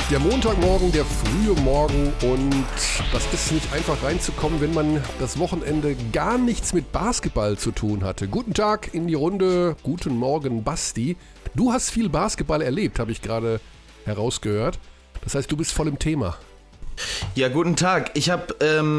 Der Montagmorgen, der frühe Morgen, und das ist nicht einfach reinzukommen, wenn man das Wochenende gar nichts mit Basketball zu tun hatte. Guten Tag in die Runde, guten Morgen Basti. Du hast viel Basketball erlebt, habe ich gerade herausgehört. Das heißt, du bist voll im Thema. Ja, guten Tag. Ich habe,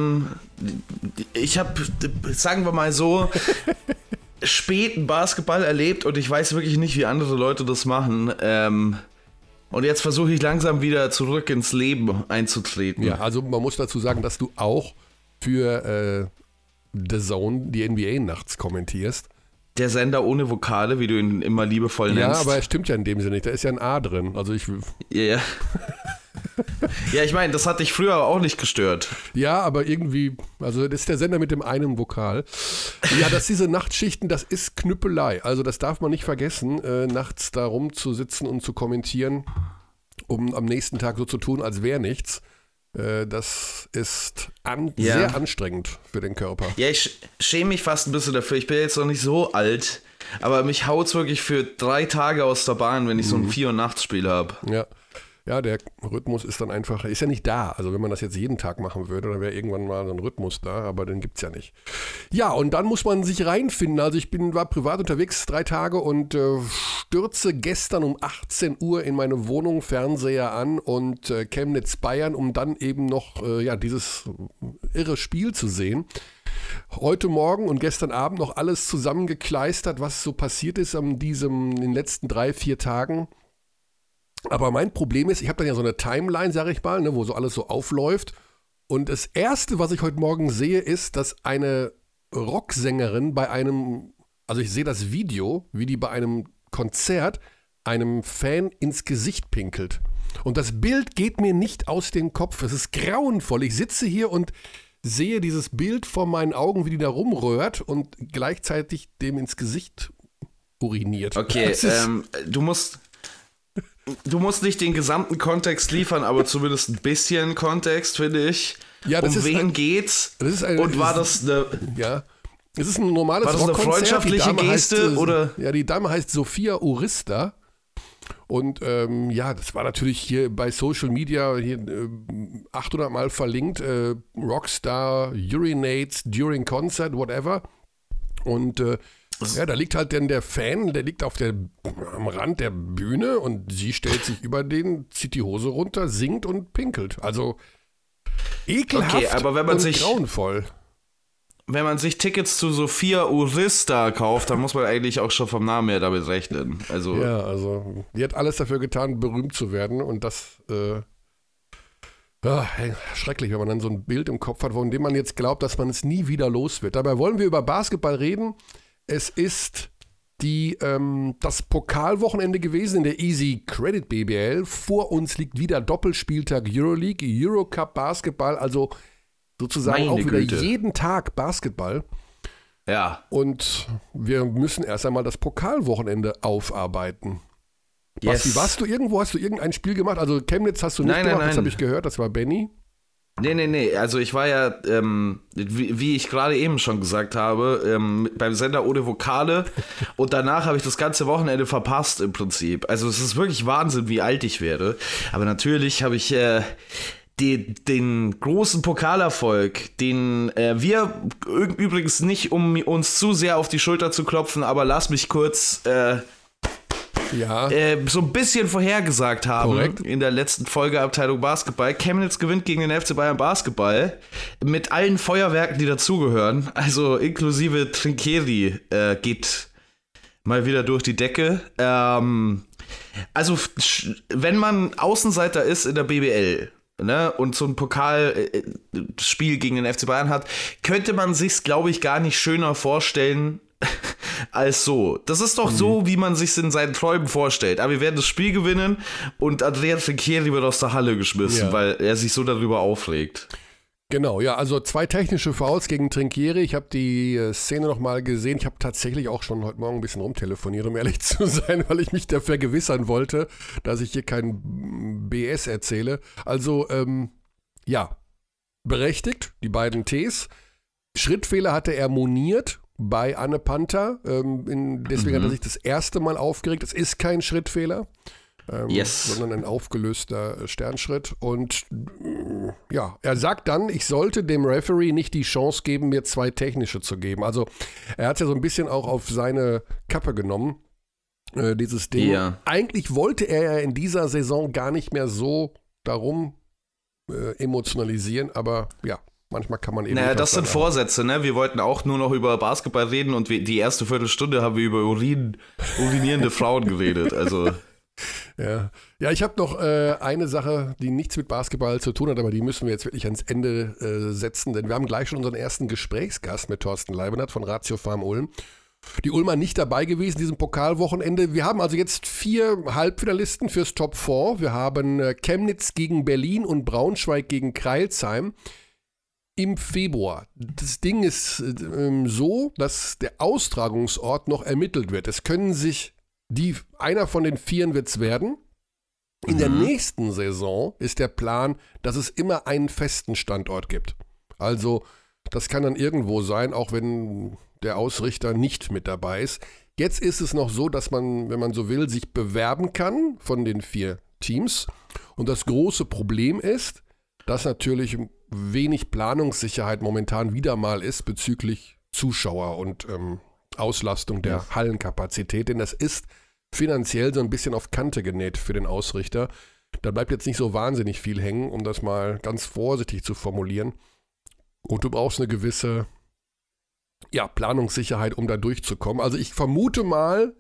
sagen wir mal so, späten Basketball erlebt und ich weiß wirklich nicht, wie andere Leute das machen. Und jetzt versuche ich langsam wieder zurück ins Leben einzutreten. Ja, also man muss dazu sagen, dass du auch für The Zone die NBA nachts kommentierst. Der Sender ohne Vokale, wie du ihn immer liebevoll nennst. Ja, aber es stimmt ja in dem Sinne nicht. Da ist ja ein A drin. Also Ja. Ja, ich meine, das hat dich früher auch nicht gestört. Ja, aber irgendwie, also das ist der Sender mit dem einen Vokal. Ja, dass diese Nachtschichten, das ist Knüppelei. Also das darf man nicht vergessen, nachts da rumzusitzen und zu kommentieren, um am nächsten Tag so zu tun, als wäre nichts. Das ist sehr anstrengend für den Körper. Ja, ich schäme mich fast ein bisschen dafür. Ich bin jetzt noch nicht so alt, aber mich haut's wirklich für 3 Tage aus der Bahn, wenn ich so ein 4 Uhr Nachts-Spiel habe. Ja, der Rhythmus ist dann einfach, ist ja nicht da. Also wenn man das jetzt jeden Tag machen würde, dann wäre irgendwann mal so ein Rhythmus da, aber den gibt's ja nicht. Ja, und dann muss man sich reinfinden. Also ich war privat unterwegs 3 Tage und stürze gestern um 18 Uhr in meine Wohnung, Fernseher an und Chemnitz Bayern, um dann eben noch dieses irre Spiel zu sehen. Heute Morgen und gestern Abend noch alles zusammengekleistert, was so passiert ist in den letzten 3-4 Tagen. Aber mein Problem ist, ich habe dann ja so eine Timeline, sag ich mal, ne, wo so alles so aufläuft. Und das Erste, was ich heute Morgen sehe, ist, dass eine Rocksängerin also ich sehe das Video, wie die bei einem Konzert einem Fan ins Gesicht pinkelt. Und das Bild geht mir nicht aus dem Kopf. Es ist grauenvoll. Ich sitze hier und sehe dieses Bild vor meinen Augen, wie die da rumrührt und gleichzeitig dem ins Gesicht uriniert. Okay, Du musst nicht den gesamten Kontext liefern, aber zumindest ein bisschen Kontext, finde ich. Ja, wen geht's? War das eine... Ja, es ist ein normales Rockkonzert. War das eine freundschaftliche Geste? Oder? Ja, die Dame heißt Sophia Urista. Und das war natürlich hier bei Social Media 800 Mal verlinkt. Rockstar urinates during concert, whatever. Und da liegt halt dann der Fan, der liegt am Rand der Bühne und sie stellt sich über den, zieht die Hose runter, singt und pinkelt. Also ekelhaft aber wenn man und grauenvoll. Wenn man sich Tickets zu Sophia Urista kauft, dann muss man eigentlich auch schon vom Namen her damit rechnen. Also die hat alles dafür getan, berühmt zu werden, und das schrecklich, wenn man dann so ein Bild im Kopf hat, von dem man jetzt glaubt, dass man es nie wieder los wird. Dabei wollen wir über Basketball reden. Es ist das Pokalwochenende gewesen in der Easy Credit BBL. Vor uns liegt wieder Doppelspieltag Euroleague, Eurocup Basketball, also sozusagen auch wieder jeden Tag Basketball. Ja. Und wir müssen erst einmal das Pokalwochenende aufarbeiten. Yes. Basti, hast du irgendein Spiel gemacht? Also Chemnitz hast du nicht gemacht, das habe ich gehört, das war Benny. Nee, also ich war ja, wie ich gerade eben schon gesagt habe, beim Sender ohne Vokale und danach habe ich das ganze Wochenende verpasst im Prinzip. Also es ist wirklich Wahnsinn, wie alt ich werde. Aber natürlich habe ich den großen Pokalerfolg, den wir übrigens nicht, um uns zu sehr auf die Schulter zu klopfen, aber lass mich kurz... so ein bisschen vorhergesagt haben. Korrekt. In der letzten Folge Abteilung Basketball. Chemnitz gewinnt gegen den FC Bayern Basketball mit allen Feuerwerken, die dazugehören. Also inklusive Trinkieri geht mal wieder durch die Decke. Also wenn man Außenseiter ist in der BBL, ne, und so ein Pokalspiel gegen den FC Bayern hat, könnte man sich's, glaube ich, gar nicht schöner vorstellen als so. Das ist doch so, wie man sich's in seinen Träumen vorstellt. Aber wir werden das Spiel gewinnen und Andrea Trinchieri wird aus der Halle geschmissen, weil er sich so darüber aufregt. Genau, ja, also 2 technische Fouls gegen Trinchieri. Ich habe die Szene nochmal gesehen. Ich habe tatsächlich auch schon heute Morgen ein bisschen rumtelefoniert, um ehrlich zu sein, weil ich mich da vergewissern wollte, dass ich hier kein BS erzähle. Also, berechtigt, die beiden Ts. Schrittfehler hatte er moniert bei Anne Panther. Deswegen hat er sich das erste Mal aufgeregt. Es ist kein Schrittfehler. sondern ein aufgelöster Sternschritt. Und ja, er sagt dann, ich sollte dem Referee nicht die Chance geben, mir 2 technische zu geben. Also er hat es ja so ein bisschen auch auf seine Kappe genommen, dieses Ding. Ja. Eigentlich wollte er ja in dieser Saison gar nicht mehr so darum emotionalisieren, aber ja. Manchmal kann man eben. Naja, das sind Vorsätze, ne? Wir wollten auch nur noch über Basketball reden und die erste Viertelstunde haben wir über urinierende Frauen geredet. Also. Ja, ich habe noch eine Sache, die nichts mit Basketball zu tun hat, aber die müssen wir jetzt wirklich ans Ende setzen, denn wir haben gleich schon unseren ersten Gesprächsgast mit Thorsten Leibenhardt von Ratio Farm Ulm. Die Ulmer nicht dabei gewesen, diesem Pokalwochenende. Wir haben also jetzt 4 Halbfinalisten fürs Top 4. Wir haben Chemnitz gegen Berlin und Braunschweig gegen Crailsheim. Im Februar. Das Ding ist so, dass der Austragungsort noch ermittelt wird. Es können sich einer von den 4 wird es werden. In der nächsten Saison ist der Plan, dass es immer einen festen Standort gibt. Also das kann dann irgendwo sein, auch wenn der Ausrichter nicht mit dabei ist. Jetzt ist es noch so, dass man, wenn man so will, sich bewerben kann von den 4 Teams. Und das große Problem ist, dass natürlich wenig Planungssicherheit momentan wieder mal ist bezüglich Zuschauer und Auslastung der Hallenkapazität, denn das ist finanziell so ein bisschen auf Kante genäht für den Ausrichter. Da bleibt jetzt nicht so wahnsinnig viel hängen, um das mal ganz vorsichtig zu formulieren. Und du brauchst eine gewisse Planungssicherheit, um da durchzukommen. Also ich vermute mal,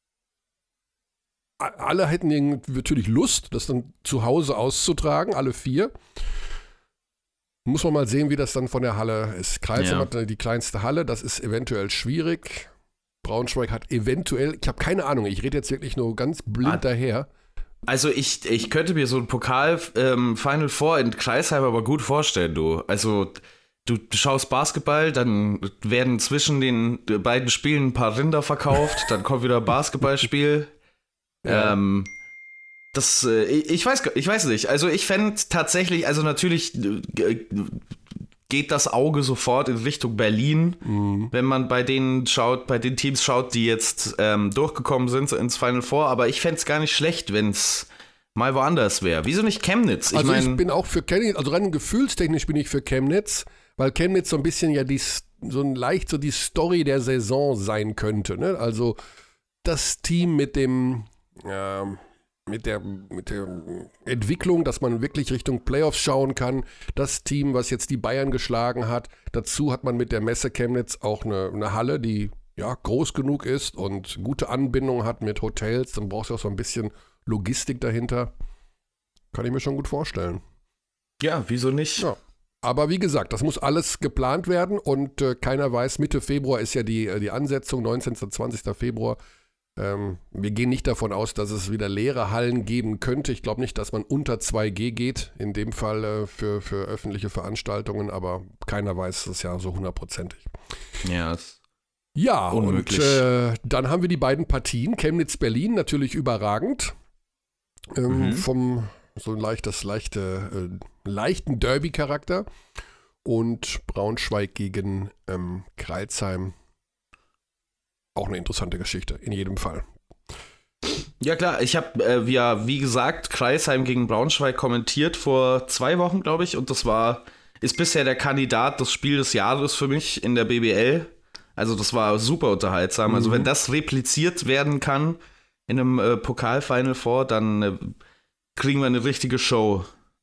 alle hätten natürlich Lust, das dann zu Hause auszutragen, alle 4. Muss man mal sehen, wie das dann von der Halle ist. Crailsheim hat die kleinste Halle, das ist eventuell schwierig. Braunschweig hat eventuell, ich habe keine Ahnung, ich rede jetzt wirklich nur ganz blind daher. Also ich könnte mir so ein Pokal-Final Four in Crailsheim aber gut vorstellen, du. Also du schaust Basketball, dann werden zwischen den beiden Spielen ein paar Rinder verkauft, dann kommt wieder ein Basketballspiel. Ja. Ich weiß nicht. Also ich fände tatsächlich, also natürlich geht das Auge sofort in Richtung Berlin, wenn man bei den Teams schaut, die jetzt durchgekommen sind ins Final Four. Aber ich fände es gar nicht schlecht, wenn es mal woanders wäre. Wieso nicht Chemnitz? Ich bin auch für Chemnitz, also rein gefühlstechnisch bin ich für Chemnitz, weil Chemnitz so ein bisschen ja die Story der Saison sein könnte. Ne? Also das Team mit der Entwicklung, dass man wirklich Richtung Playoffs schauen kann. Das Team, was jetzt die Bayern geschlagen hat. Dazu hat man mit der Messe Chemnitz auch eine Halle, die groß genug ist und gute Anbindung hat mit Hotels. Dann brauchst du auch so ein bisschen Logistik dahinter. Kann ich mir schon gut vorstellen. Ja, wieso nicht? Ja. Aber wie gesagt, das muss alles geplant werden und keiner weiß, Mitte Februar ist ja die Ansetzung, 19. 20. Februar. Wir gehen nicht davon aus, dass es wieder leere Hallen geben könnte. Ich glaube nicht, dass man unter 2G geht, in dem Fall für öffentliche Veranstaltungen, aber keiner weiß es ja so 100%. Ja, unmöglich. Und dann haben wir die beiden Partien. Chemnitz-Berlin natürlich überragend. Vom so leichten Derby-Charakter. Und Braunschweig gegen Crailsheim. Auch eine interessante Geschichte, in jedem Fall. Ja klar, ich habe wie gesagt, Crailsheim gegen Braunschweig kommentiert vor 2 Wochen, glaube ich. Und das ist bisher der Kandidat des Spiel des Jahres für mich in der BBL. Also das war super unterhaltsam. Also wenn das repliziert werden kann in einem Pokal-Final Four, dann kriegen wir eine richtige Show.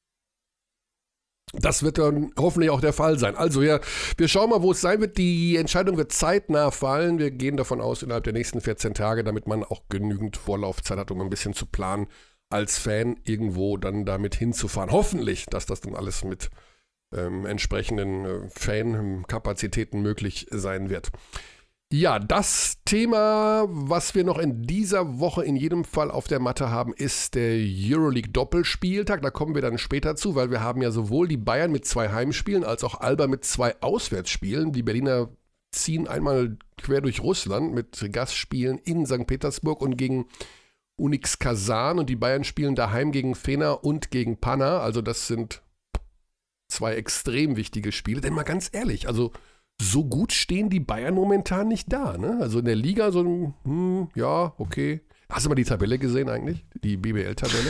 Das wird dann hoffentlich auch der Fall sein. Also wir schauen mal, wo es sein wird. Die Entscheidung wird zeitnah fallen. Wir gehen davon aus, innerhalb der nächsten 14 Tage, damit man auch genügend Vorlaufzeit hat, um ein bisschen zu planen, als Fan irgendwo dann damit hinzufahren. Hoffentlich, dass das dann alles mit entsprechenden Fan-Kapazitäten möglich sein wird. Ja, das Thema, was wir noch in dieser Woche in jedem Fall auf der Matte haben, ist der Euroleague-Doppelspieltag. Da kommen wir dann später zu, weil wir haben ja sowohl die Bayern mit 2 Heimspielen als auch Alba mit 2 Auswärtsspielen. Die Berliner ziehen einmal quer durch Russland mit Gastspielen in St. Petersburg und gegen Unix Kasan. Und die Bayern spielen daheim gegen Fener und gegen Panna. Also das sind 2 extrem wichtige Spiele. Denn mal ganz ehrlich, also so gut stehen die Bayern momentan nicht da, ne? Also in der Liga so, okay. Hast du mal die Tabelle gesehen eigentlich? Die BBL-Tabelle?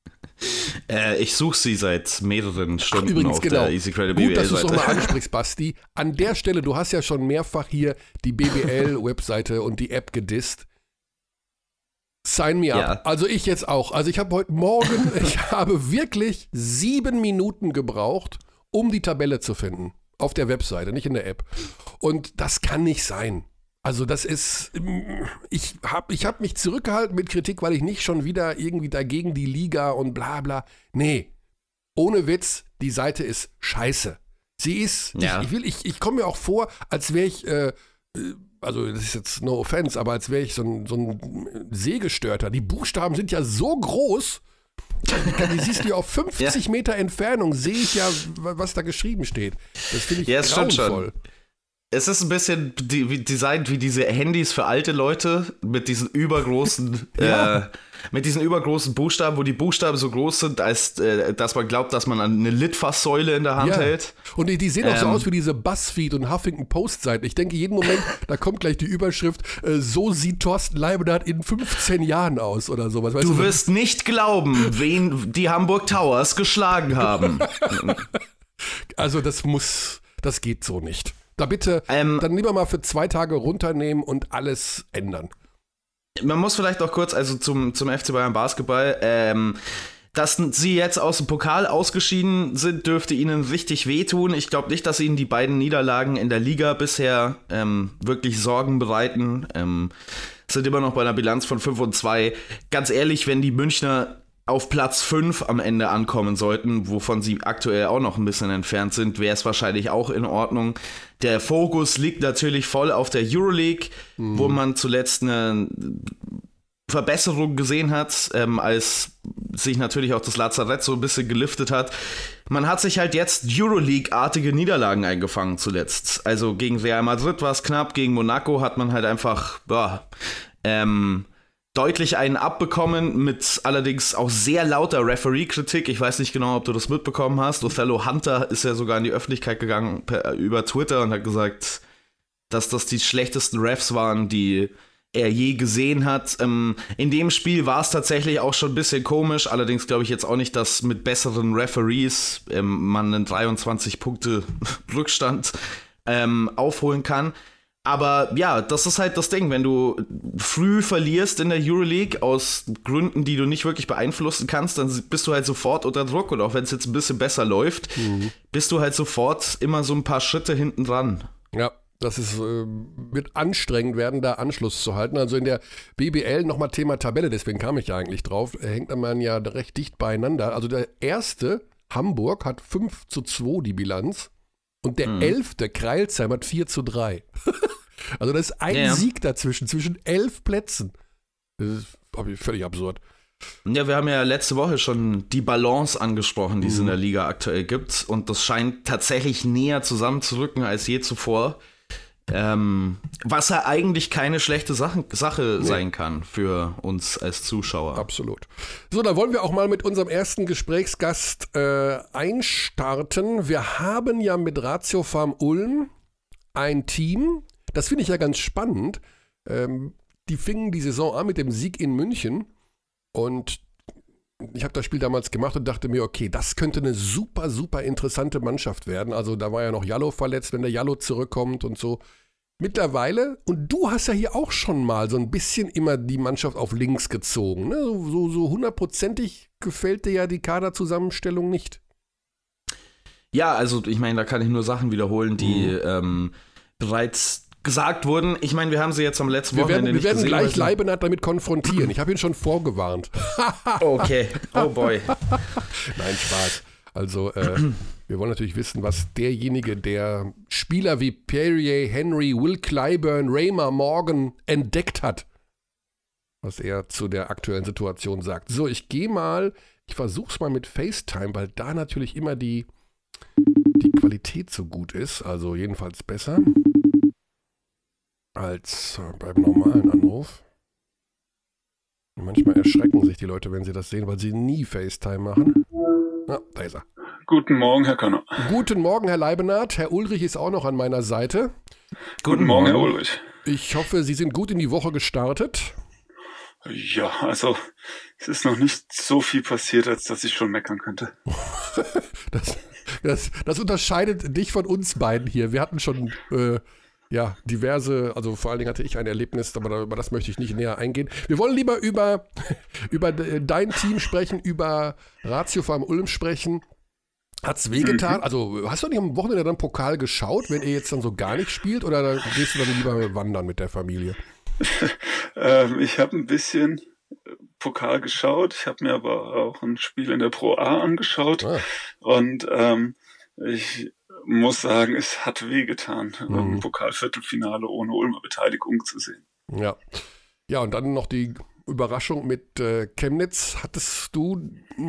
Ich suche sie seit mehreren Stunden übrigens, auf der Easy Credit BBL-Seite. Gut, dass du es nochmal ansprichst, Basti. An der Stelle, du hast ja schon mehrfach hier die BBL-Webseite und die App gedisst. Sign me up. Also ich jetzt auch. Also ich habe heute Morgen, ich habe wirklich 7 Minuten gebraucht, um die Tabelle zu finden. Auf der Webseite, nicht in der App. Und das kann nicht sein. Also das ist, ich hab mich zurückgehalten mit Kritik, weil ich nicht schon wieder irgendwie dagegen die Liga und bla bla. Nee, ohne Witz, die Seite ist scheiße. Sie ist, ich komme mir auch vor, als wäre ich, also das ist jetzt no offense, aber als wäre ich so ein Sehgestörter. Die Buchstaben sind ja so groß, die siehst du ja auf 50 Meter Entfernung, sehe ich ja, was da geschrieben steht. Das finde ich grauenvoll. Es ist ein bisschen designt wie diese Handys für alte Leute mit diesen übergroßen Buchstaben, wo die Buchstaben so groß sind, als dass man glaubt, dass man eine Litfaßsäule in der Hand hält. Und die sehen auch so aus wie diese BuzzFeed und Huffington Post Seiten. Ich denke jeden Moment, da kommt gleich die Überschrift, so sieht Thorsten Leibenhardt in 15 Jahren aus oder sowas. Du wirst nicht glauben, wen die Hamburg Towers geschlagen haben. Also das geht so nicht. Da bitte dann lieber mal für 2 Tage runternehmen und alles ändern. Man muss vielleicht noch kurz, also zum FC Bayern Basketball, dass sie jetzt aus dem Pokal ausgeschieden sind, dürfte ihnen richtig wehtun. Ich glaube nicht, dass ihnen die beiden Niederlagen in der Liga bisher wirklich Sorgen bereiten. Sind immer noch bei einer Bilanz von 5-2. Ganz ehrlich, wenn die Münchner auf Platz 5 am Ende ankommen sollten, wovon sie aktuell auch noch ein bisschen entfernt sind, wäre es wahrscheinlich auch in Ordnung. Der Fokus liegt natürlich voll auf der Euroleague, wo man zuletzt eine Verbesserung gesehen hat, als sich natürlich auch das Lazarett so ein bisschen geliftet hat. Man hat sich halt jetzt Euroleague-artige Niederlagen eingefangen zuletzt. Also gegen Real Madrid war es knapp, gegen Monaco hat man halt einfach deutlich einen abbekommen, mit allerdings auch sehr lauter Referee-Kritik. Ich weiß nicht genau, ob du das mitbekommen hast. Othello Hunter ist ja sogar in die Öffentlichkeit gegangen über Twitter und hat gesagt, dass das die schlechtesten Refs waren, die er je gesehen hat. In dem Spiel war es tatsächlich auch schon ein bisschen komisch. Allerdings glaube ich jetzt auch nicht, dass mit besseren Referees man einen 23-Punkte-Rückstand aufholen kann. Aber ja, das ist halt das Ding, wenn du früh verlierst in der Euroleague aus Gründen, die du nicht wirklich beeinflussen kannst, dann bist du halt sofort unter Druck. Und auch wenn es jetzt ein bisschen besser läuft, bist du halt sofort immer so ein paar Schritte hinten dran. Ja, das wird anstrengend werden, da Anschluss zu halten. Also in der BBL nochmal Thema Tabelle, deswegen kam ich ja eigentlich drauf, hängt man ja recht dicht beieinander. Also der erste, Hamburg, hat 5-2 die Bilanz. Und der 11. Crailsheim hat 4-3. Also das ist ein Sieg dazwischen, zwischen 11 Plätzen. Das ist völlig absurd. Ja, wir haben ja letzte Woche schon die Balance angesprochen, die es in der Liga aktuell gibt. Und das scheint tatsächlich näher zusammenzurücken als je zuvor. Was ja eigentlich keine schlechte Sache sein kann für uns als Zuschauer. Absolut. So, da wollen wir auch mal mit unserem ersten Gesprächsgast einstarten. Wir haben ja mit Ratio Farm Ulm ein Team, das finde ich ja ganz spannend. Die fingen die Saison an mit dem Sieg in München und ich habe das Spiel damals gemacht und dachte mir, okay, das könnte eine super, super interessante Mannschaft werden. Also da war ja noch Jallo verletzt, wenn der Jallo zurückkommt und so. Mittlerweile, und du hast ja hier auch schon mal so ein bisschen immer die Mannschaft auf links gezogen. Ne? So hundertprozentig gefällt dir ja die Kaderzusammenstellung nicht. Ja, also ich meine, da kann ich nur Sachen wiederholen, die bereits gesagt wurden. Ich meine, wir haben sie jetzt am letzten Wochenende nicht gesehen. Wir werden gleich Leibenhardt damit konfrontieren. Ich habe ihn schon vorgewarnt. Okay, oh boy. Nein, Spaß. Also, wir wollen natürlich wissen, was derjenige, der Spieler wie Pierre Henry, Will Clyburn, Raymer Morgan entdeckt hat, was er zu der aktuellen Situation sagt. So, ich versuch's mal mit FaceTime, weil da natürlich immer die Qualität so gut ist, also jedenfalls besser als beim normalen Anruf. Manchmal erschrecken sich die Leute, wenn sie das sehen, weil sie nie FaceTime machen. Ah, da ist er. Guten Morgen, Herr Körner. Guten Morgen, Herr Leibenhardt. Herr Ulrich ist auch noch an meiner Seite. Guten Morgen, Herr Ulrich. Ich hoffe, Sie sind gut in die Woche gestartet. Ja, also es ist noch nicht so viel passiert, als dass ich schon meckern könnte. Das unterscheidet dich von uns beiden hier. Wir hatten schon diverse, also vor allen Dingen hatte ich ein Erlebnis, aber über das möchte ich nicht näher eingehen. Wir wollen lieber über dein Team sprechen, über Ratio Farm Ulm sprechen. Hat's wehgetan? Also hast du nicht am Wochenende dann Pokal geschaut, wenn ihr jetzt dann so gar nicht spielt, oder gehst du dann lieber wandern mit der Familie? Ich habe ein bisschen Pokal geschaut. Ich habe mir aber auch ein Spiel in der Pro A angeschaut. Und ich muss sagen, es hat wehgetan, im Pokalviertelfinale ohne Ulmer Beteiligung zu sehen. Ja, und dann noch die Überraschung mit Chemnitz. Hattest du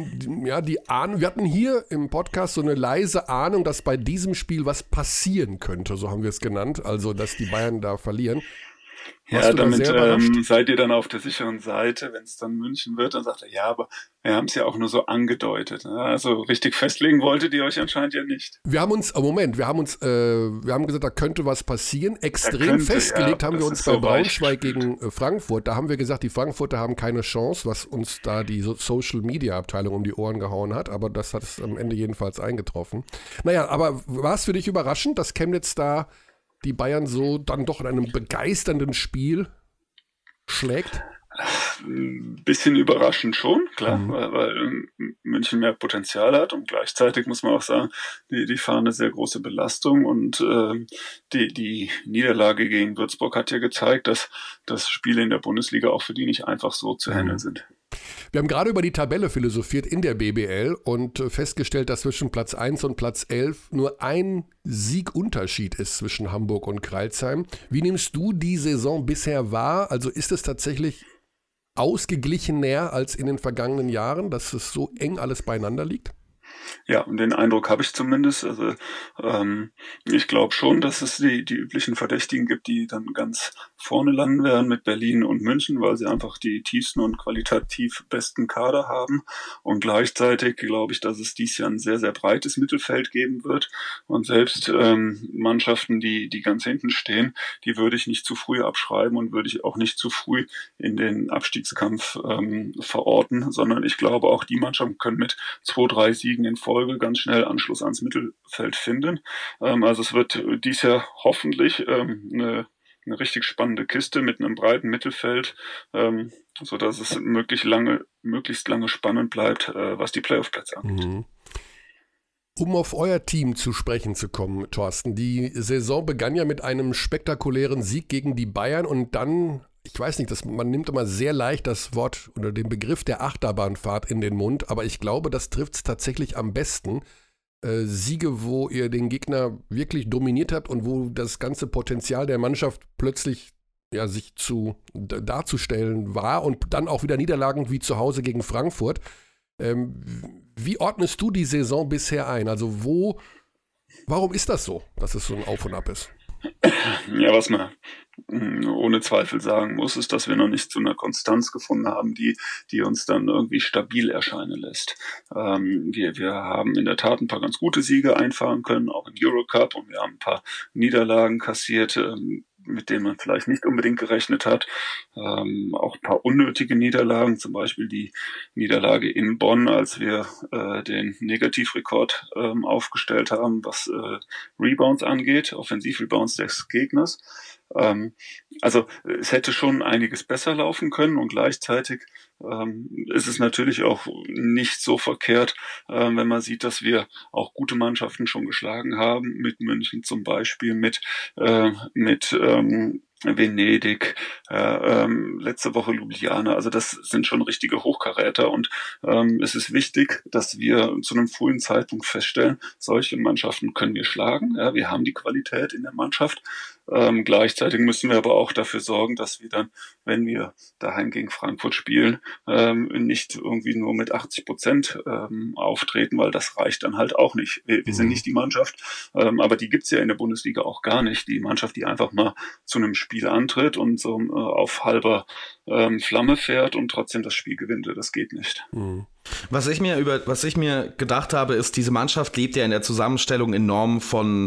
die Ahnung, wir hatten hier im Podcast so eine leise Ahnung, dass bei diesem Spiel was passieren könnte, so haben wir es genannt, also dass die Bayern da verlieren. Ja, damit seid ihr dann auf der sicheren Seite, wenn es dann München wird, dann sagt er, ja, aber wir haben es ja auch nur so angedeutet. Ne? Also richtig festlegen wolltet ihr euch anscheinend ja nicht. Wir haben gesagt, da könnte was passieren. Extrem festgelegt haben wir uns bei Braunschweig gegen Frankfurt. Da haben wir gesagt, die Frankfurter haben keine Chance, was uns da die Social-Media-Abteilung um die Ohren gehauen hat. Aber das hat es am Ende jedenfalls eingetroffen. Naja, aber war es für dich überraschend, dass Chemnitz da die Bayern so dann doch in einem begeisternden Spiel schlägt? Ein bisschen überraschend schon, klar, weil München mehr Potenzial hat, und gleichzeitig muss man auch sagen, die fahren eine sehr große Belastung, und die Niederlage gegen Würzburg hat ja gezeigt, dass Spiele in der Bundesliga auch für die nicht einfach so zu handeln sind. Wir haben gerade über die Tabelle philosophiert in der BBL und festgestellt, dass zwischen Platz 1 und Platz 11 nur ein Siegunterschied ist zwischen Hamburg und Crailsheim. Wie nimmst du die Saison bisher wahr? Also ist es tatsächlich ausgeglichener als in den vergangenen Jahren, dass es so eng alles beieinander liegt? Ja, und den Eindruck habe ich zumindest. Also ich glaube schon, dass es die üblichen Verdächtigen gibt, die dann ganz vorne landen werden mit Berlin und München, weil sie einfach die tiefsten und qualitativ besten Kader haben. Und gleichzeitig glaube ich, dass es dieses Jahr ein sehr, sehr breites Mittelfeld geben wird. Und selbst Mannschaften, die ganz hinten stehen, die würde ich nicht zu früh abschreiben und würde ich auch nicht zu früh in den Abstiegskampf verorten, sondern ich glaube, auch die Mannschaften können mit 2-3 Siegen in Folge ganz schnell Anschluss ans Mittelfeld finden. Also es wird dieses Jahr hoffentlich eine richtig spannende Kiste mit einem breiten Mittelfeld, sodass es möglichst lange spannend bleibt, was die Playoff-Plätze angeht. Um auf euer Team zu sprechen zu kommen, Thorsten, die Saison begann ja mit einem spektakulären Sieg gegen die Bayern, und dann, ich weiß nicht, man nimmt immer sehr leicht das Wort oder den Begriff der Achterbahnfahrt in den Mund, aber ich glaube, das trifft es tatsächlich am besten. Siege, wo ihr den Gegner wirklich dominiert habt und wo das ganze Potenzial der Mannschaft plötzlich sich darzustellen war, und dann auch wieder Niederlagen wie zu Hause gegen Frankfurt. Wie ordnest du die Saison bisher ein? Also warum ist das so, dass es so ein Auf und Ab ist? Ja, was man ohne Zweifel sagen muss, ist, dass wir noch nicht zu einer Konstanz gefunden haben, die uns dann irgendwie stabil erscheinen lässt. Wir haben in der Tat ein paar ganz gute Siege einfahren können, auch im Eurocup, und wir haben ein paar Niederlagen kassiert, mit denen man vielleicht nicht unbedingt gerechnet hat. Auch ein paar unnötige Niederlagen, zum Beispiel die Niederlage in Bonn, als wir den Negativrekord aufgestellt haben, was Rebounds angeht, Offensivrebounds des Gegners. Also es hätte schon einiges besser laufen können, und gleichzeitig ist es natürlich auch nicht so verkehrt, wenn man sieht, dass wir auch gute Mannschaften schon geschlagen haben, mit München zum Beispiel, mit Venedig, letzte Woche Ljubljana. Also das sind schon richtige Hochkaräter, und es ist wichtig, dass wir zu einem frühen Zeitpunkt feststellen, solche Mannschaften können wir schlagen. Ja, wir haben die Qualität in der Mannschaft. Gleichzeitig müssen wir aber auch dafür sorgen, dass wir dann, wenn wir daheim gegen Frankfurt spielen, nicht irgendwie nur mit 80% auftreten, weil das reicht dann halt auch nicht. Wir sind nicht die Mannschaft, aber die gibt's ja in der Bundesliga auch gar nicht. Die Mannschaft, die einfach mal zu einem Spiel antritt und so auf halber Flamme fährt und trotzdem das Spiel gewinnt. Das geht nicht. Was ich mir gedacht habe, ist, diese Mannschaft lebt ja in der Zusammenstellung enorm von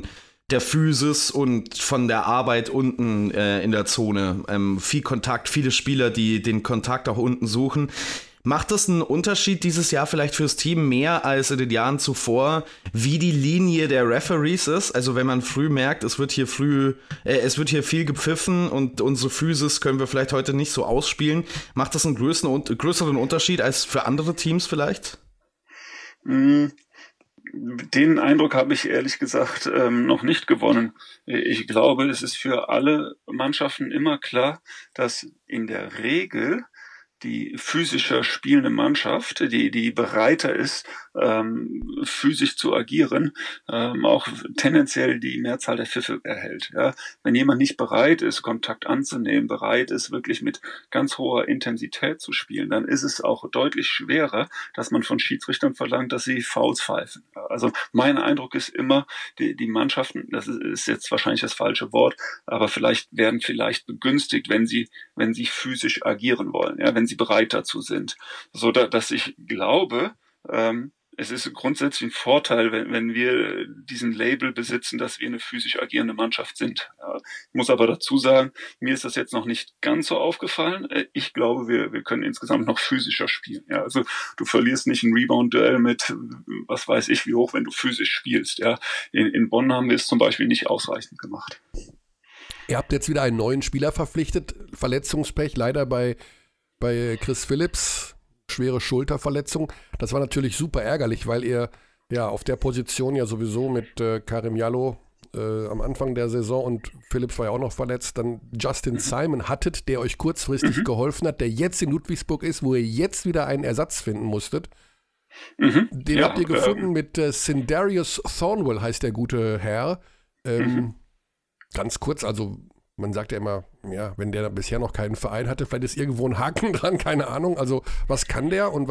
der Physis und von der Arbeit unten in der Zone. Viel Kontakt, viele Spieler, die den Kontakt auch unten suchen. Macht das einen Unterschied dieses Jahr vielleicht fürs Team mehr als in den Jahren zuvor, wie die Linie der Referees ist? Also wenn man früh merkt, es wird hier viel gepfiffen und unsere Physis können wir vielleicht heute nicht so ausspielen. Macht das einen größeren Unterschied als für andere Teams vielleicht? Den Eindruck habe ich ehrlich gesagt noch nicht gewonnen. Ich glaube, es ist für alle Mannschaften immer klar, dass in der Regel die physischer spielende Mannschaft, die bereiter ist, physisch zu agieren, auch tendenziell die Mehrzahl der Pfiffe erhält. Ja? Wenn jemand nicht bereit ist, Kontakt anzunehmen, bereit ist, wirklich mit ganz hoher Intensität zu spielen, dann ist es auch deutlich schwerer, dass man von Schiedsrichtern verlangt, dass sie Fouls pfeifen. Also mein Eindruck ist immer, die Mannschaften, das ist jetzt wahrscheinlich das falsche Wort, aber werden vielleicht begünstigt, wenn sie physisch agieren wollen, ja, wenn sie bereit dazu sind. So dass ich glaube, es ist grundsätzlich ein Vorteil, wenn wir diesen Label besitzen, dass wir eine physisch agierende Mannschaft sind. Ja, ich muss aber dazu sagen, mir ist das jetzt noch nicht ganz so aufgefallen. Ich glaube, wir können insgesamt noch physischer spielen. Ja, also du verlierst nicht ein Rebound-Duell mit, was weiß ich, wie hoch, wenn du physisch spielst. Ja, in Bonn haben wir es zum Beispiel nicht ausreichend gemacht. Ihr habt jetzt wieder einen neuen Spieler verpflichtet. Verletzungspech leider bei Chris Phillips. Schwere Schulterverletzung. Das war natürlich super ärgerlich, weil ihr ja auf der Position ja sowieso mit Karim Jallow am Anfang der Saison und Phillips war ja auch noch verletzt, dann Justin Simon hattet, der euch kurzfristig geholfen hat, der jetzt in Ludwigsburg ist, wo ihr jetzt wieder einen Ersatz finden musstet. Den habt ihr gefunden mit Sindarius Thornwell, heißt der gute Herr. Ganz kurz, also man sagt ja immer, ja, wenn der bisher noch keinen Verein hatte, vielleicht ist irgendwo ein Haken dran, keine Ahnung. Also was kann der und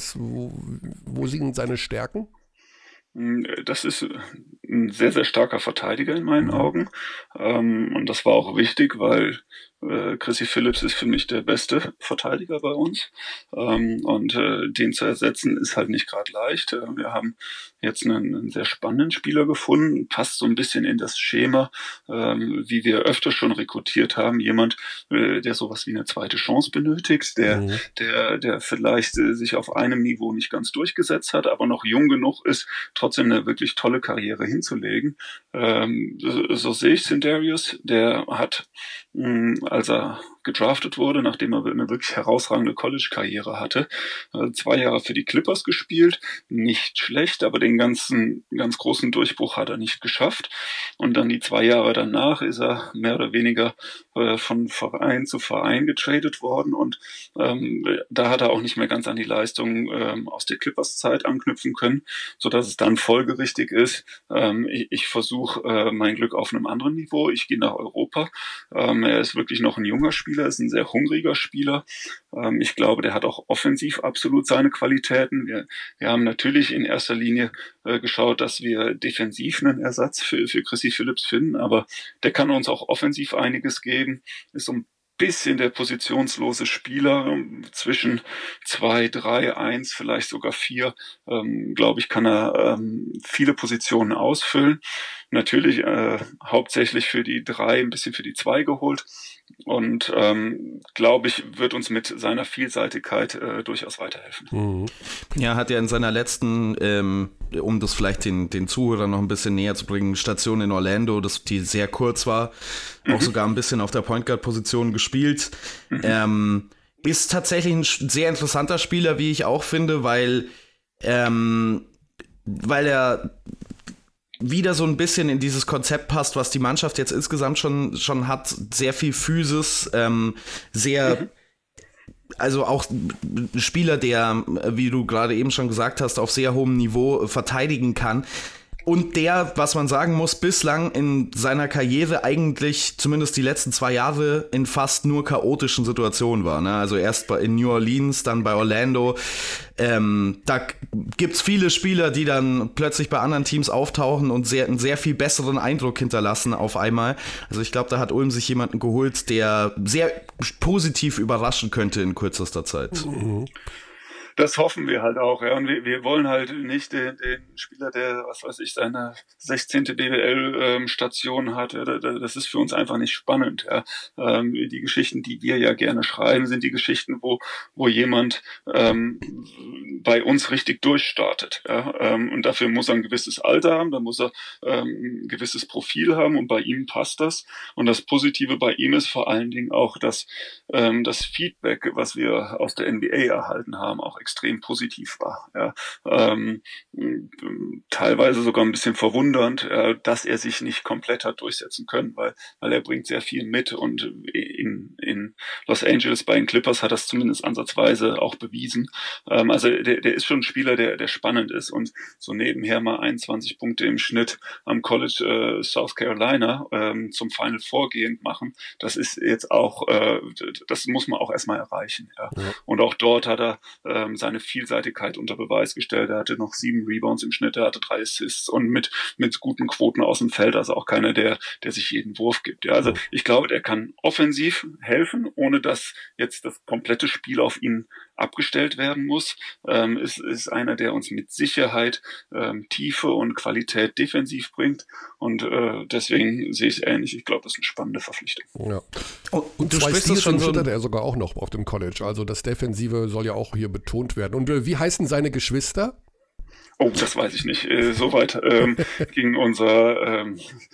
wo sind seine Stärken? Das ist ein sehr, sehr starker Verteidiger in meinen Augen. Und das war auch wichtig, weil Chrissy Phillips ist für mich der beste Verteidiger bei uns. Und den zu ersetzen ist halt nicht gerade leicht. Wir haben jetzt einen sehr spannenden Spieler gefunden, passt so ein bisschen in das Schema, wie wir öfter schon rekrutiert haben. Jemand, der sowas wie eine zweite Chance benötigt, der vielleicht sich auf einem Niveau nicht ganz durchgesetzt hat, aber noch jung genug ist, trotzdem eine wirklich tolle Karriere hinzulegen. So sehe ich Sindarius, der hat, als er gedraftet wurde, nachdem er eine wirklich herausragende College-Karriere hatte, 2 Jahre für die Clippers gespielt, nicht schlecht, aber den ganz großen Durchbruch hat er nicht geschafft. Und dann die 2 Jahre danach ist er mehr oder weniger von Verein zu Verein getradet worden und da hat er auch nicht mehr ganz an die Leistung aus der Clippers-Zeit anknüpfen können, sodass es dann folgerichtig ist, ich versuche mein Glück auf einem anderen Niveau, ich gehe nach Europa. Er ist wirklich noch ein junger Spieler, ist ein sehr hungriger Spieler. Ich glaube, der hat auch offensiv absolut seine Qualitäten. Wir haben natürlich in erster Linie geschaut, dass wir defensiv einen Ersatz für Chrissy Phillips finden, aber der kann uns auch offensiv einiges geben. Ist so ein bisschen der positionslose Spieler zwischen 2, 3, 1, vielleicht sogar 4, glaube ich, kann er viele Positionen ausfüllen. Natürlich hauptsächlich für die 3, ein bisschen für die 2 geholt und glaube ich, wird uns mit seiner Vielseitigkeit durchaus weiterhelfen. Ja, hat ja in seiner letzten, um das vielleicht den Zuhörern noch ein bisschen näher zu bringen, Station in Orlando, die sehr kurz war, auch sogar ein bisschen auf der Point Guard Position gespielt. Ist tatsächlich ein sehr interessanter Spieler, wie ich auch finde, weil er wieder so ein bisschen in dieses Konzept passt, was die Mannschaft jetzt insgesamt schon hat. Sehr viel Physis, also auch ein Spieler, der, wie du gerade eben schon gesagt hast, auf sehr hohem Niveau verteidigen kann. Und der, was man sagen muss, bislang in seiner Karriere eigentlich, zumindest die letzten 2 Jahre, in fast nur chaotischen Situationen war. Ne? Also erst in New Orleans, dann bei Orlando. Da gibt's viele Spieler, die dann plötzlich bei anderen Teams auftauchen und einen sehr viel besseren Eindruck hinterlassen auf einmal. Also ich glaube, da hat Ulm sich jemanden geholt, der sehr positiv überraschen könnte in kürzester Zeit. Das hoffen wir halt auch, ja. Und wir wollen halt nicht den Spieler, der, was weiß ich, seine 16. BWL-Station hat. Ja, das ist für uns einfach nicht spannend. Ja. Die Geschichten, die wir ja gerne schreiben, sind die Geschichten, wo jemand bei uns richtig durchstartet. Ja. Und dafür muss er ein gewisses Alter haben, da muss er ein gewisses Profil haben und bei ihm passt das. Und das Positive bei ihm ist vor allen Dingen auch, dass das Feedback, was wir aus der NBA erhalten haben, auch extrem positiv war. Ja. Teilweise sogar ein bisschen verwundernd, dass er sich nicht komplett hat durchsetzen können, weil er bringt sehr viel mit und in Los Angeles bei den Clippers hat das zumindest ansatzweise auch bewiesen. Also der ist schon ein Spieler, der spannend ist und so nebenher mal 21 Punkte im Schnitt am College South Carolina zum Final Four gehend machen. Das ist jetzt auch, das muss man auch erstmal erreichen. Ja. Ja. Und auch dort hat er seine Vielseitigkeit unter Beweis gestellt. Er hatte noch 7 Rebounds im Schnitt, er hatte 3 Assists und mit guten Quoten aus dem Feld, also auch keiner, der sich jeden Wurf gibt. Ja. Also ich glaube, der kann offensiv helfen, ohne dass jetzt das komplette Spiel auf ihn abgestellt werden muss. Ist einer, der uns mit Sicherheit Tiefe und Qualität defensiv bringt und deswegen sehe ich es ähnlich. Ich glaube, das ist eine spannende Verpflichtung. Ja. Und du sprichst das schon, schüttert er sogar auch noch auf dem College. Also das Defensive soll ja auch hier betont werden. Und wie heißen seine Geschwister? Oh, das weiß ich nicht. Soweit ging unser